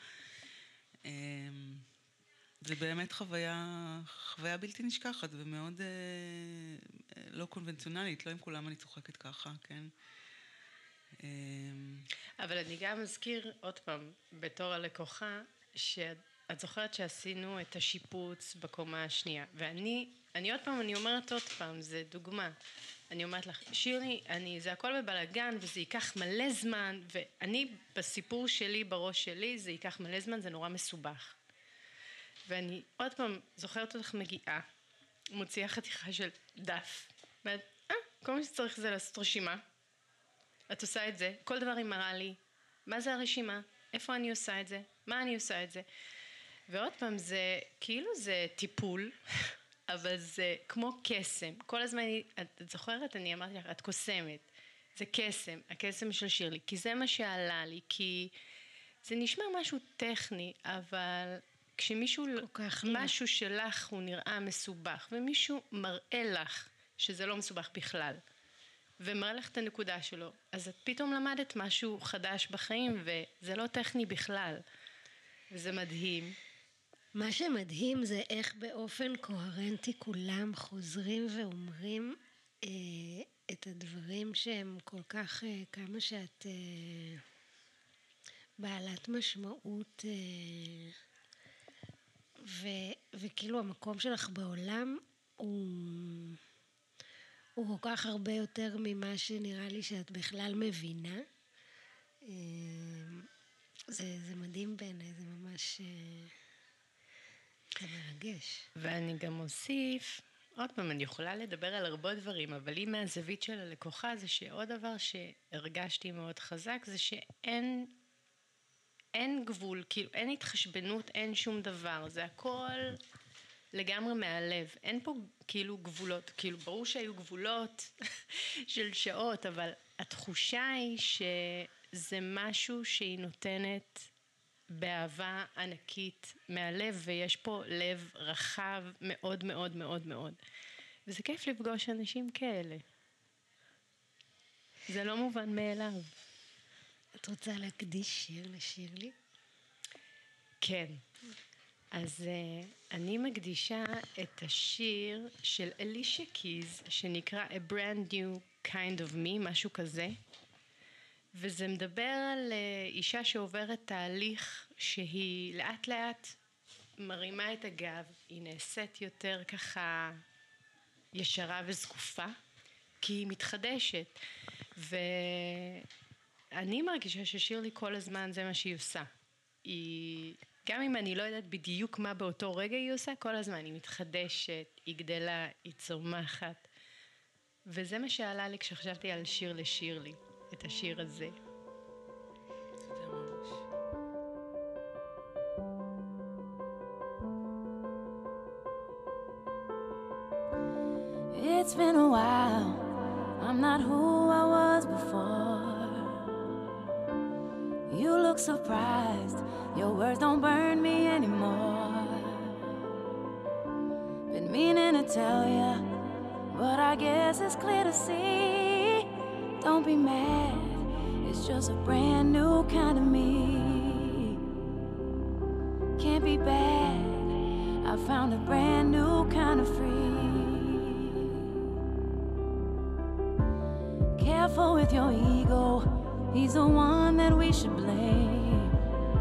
זה באמת חוויה בלתי נשכחת ומאוד לא קונבנציונלית, לא עם כולם אני צוחקת ככה, כן? אבל אני גם אזכיר עוד פעם, בתור הלקוחה, שאת זוכרת שעשינו את השיפוץ בקומה השנייה, ואני עוד פעם, אני אומרת עוד פעם, זה דוגמה. אני אומרת לך, שירלי, זה הכל בבלגן וזה ייקח מלא זמן, ואני בסיפור שלי, בראש שלי, זה ייקח מלא זמן, זה נורא מסובך. ואני עוד פעם זוכרת אותך מגיעה, מוציאה חתיכה של דף, אומרת, כל מה שצריך זה לעשות רשימה, את עושה את זה, כל דבר היא מראה לי, מה זה הרשימה, איפה אני עושה את זה, מה אני עושה את זה, ועוד פעם זה, כאילו זה טיפול, אבל זה כמו קסם, כל הזמן, את זוכרת, אני אמרתי לך, את קוסמת, זה קסם, הקסם של שירלי, כי זה מה שעלה לי, כי זה נשמע משהו טכני, אבל כשמישהו, משהו שלך הוא נראה מסובך, ומישהו מראה לך שזה לא מסובך בכלל, ומראה לך את הנקודה שלו, אז את פתאום למדת משהו חדש בחיים, וזה לא טכני בכלל, וזה מדהים. מה שמדהים זה איך באופן קוהרנטי כולם חוזרים ואומרים את הדברים שהם כל כך, כמה שאת בעלת משמעות, וכאילו המקום שלך בעולם הוא כל כך הרבה יותר ממה שנראה לי שאת בכלל מבינה. זה מדהים בעיניי, זה ממש... זה מרגש. ואני גם אוסיף, עוד פעם, אני יכולה לדבר על הרבה דברים, אבל אם מהזווית של הלקוחה, זה שעוד דבר שהרגשתי מאוד חזק, זה שאין גבול, כאילו אין התחשבנות, אין שום דבר, זה הכל לגמרי מהלב, אין פה כאילו גבולות, כאילו ברור שהיו גבולות של שעות, אבל התחושה היא שזה משהו שהיא נותנת באהבה ענקית מהלב, ויש פה לב רחב מאוד מאוד מאוד מאוד, וזה כיף לפגוש אנשים כאלה, זה לא מובן מאליו. את רוצה להקדיש שיר לשירלי? כן, אז אני מקדישה את השיר של אלישה קיז שנקרא A Brand New Kind of Me, משהו כזה, וזה מדבר על אישה שעוברת תהליך שהיא לאט לאט מרימה את הגב, היא נעשית יותר ככה ישרה וזקופה, כי היא מתחדשת, ואני מרגישה ששירלי כל הזמן זה מה שהיא עושה. גם אם אני לא יודעת בדיוק מה באותו רגע היא עושה, כל הזמן היא מתחדשת, היא גדלה, היא צומחת, וזה מה שעלה לי כשחשבתי על שיר לשירלי. את השיר הזה. It's been a while, I'm not who I was before. You look surprised, your words don't burn me anymore. Been meaning to tell ya, but I guess it's clear to see. Don't be mad, it's just a brand new kind of me. Can't be bad, I found a brand new kind of free. Careful with your ego, he's the one that we should blame.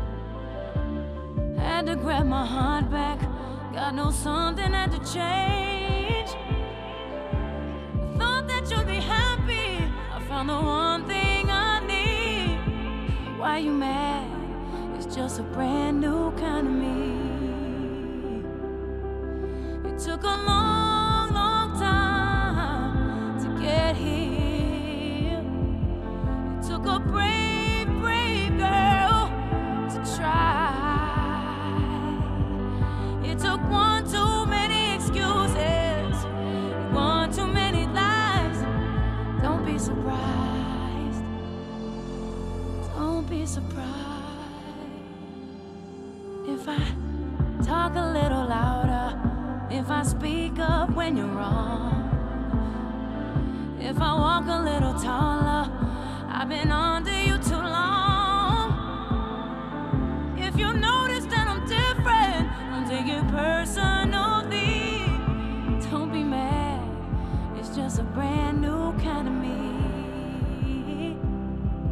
Had to grab my heart back, God knows something had to change. Thought that you'd be happy, found the one thing I need. Why you mad? It's just a brand new kind of me. It took a long, long time to get here. It took a brave, brave girl to try. It took one too many excuses, one too many lies. Don't be surprised, don't be surprised if I talk a little louder, if I speak up when you're wrong, if I walk a little taller. I've been under you too long. If you notice that I'm different, don't take it personally. Don't be mad, it's just a brand new kind of me.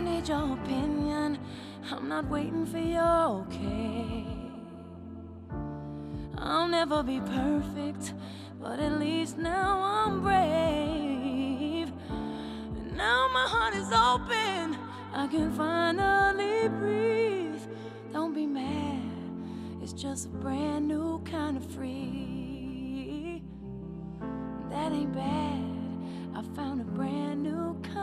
need your opinion. I'm not waiting for your okay. I'll never be perfect, but at least now I'm brave. And now my heart is open, I can finally breathe. Don't be mad, it's just a brand new kind of free. That ain't bad, I found a brand new kind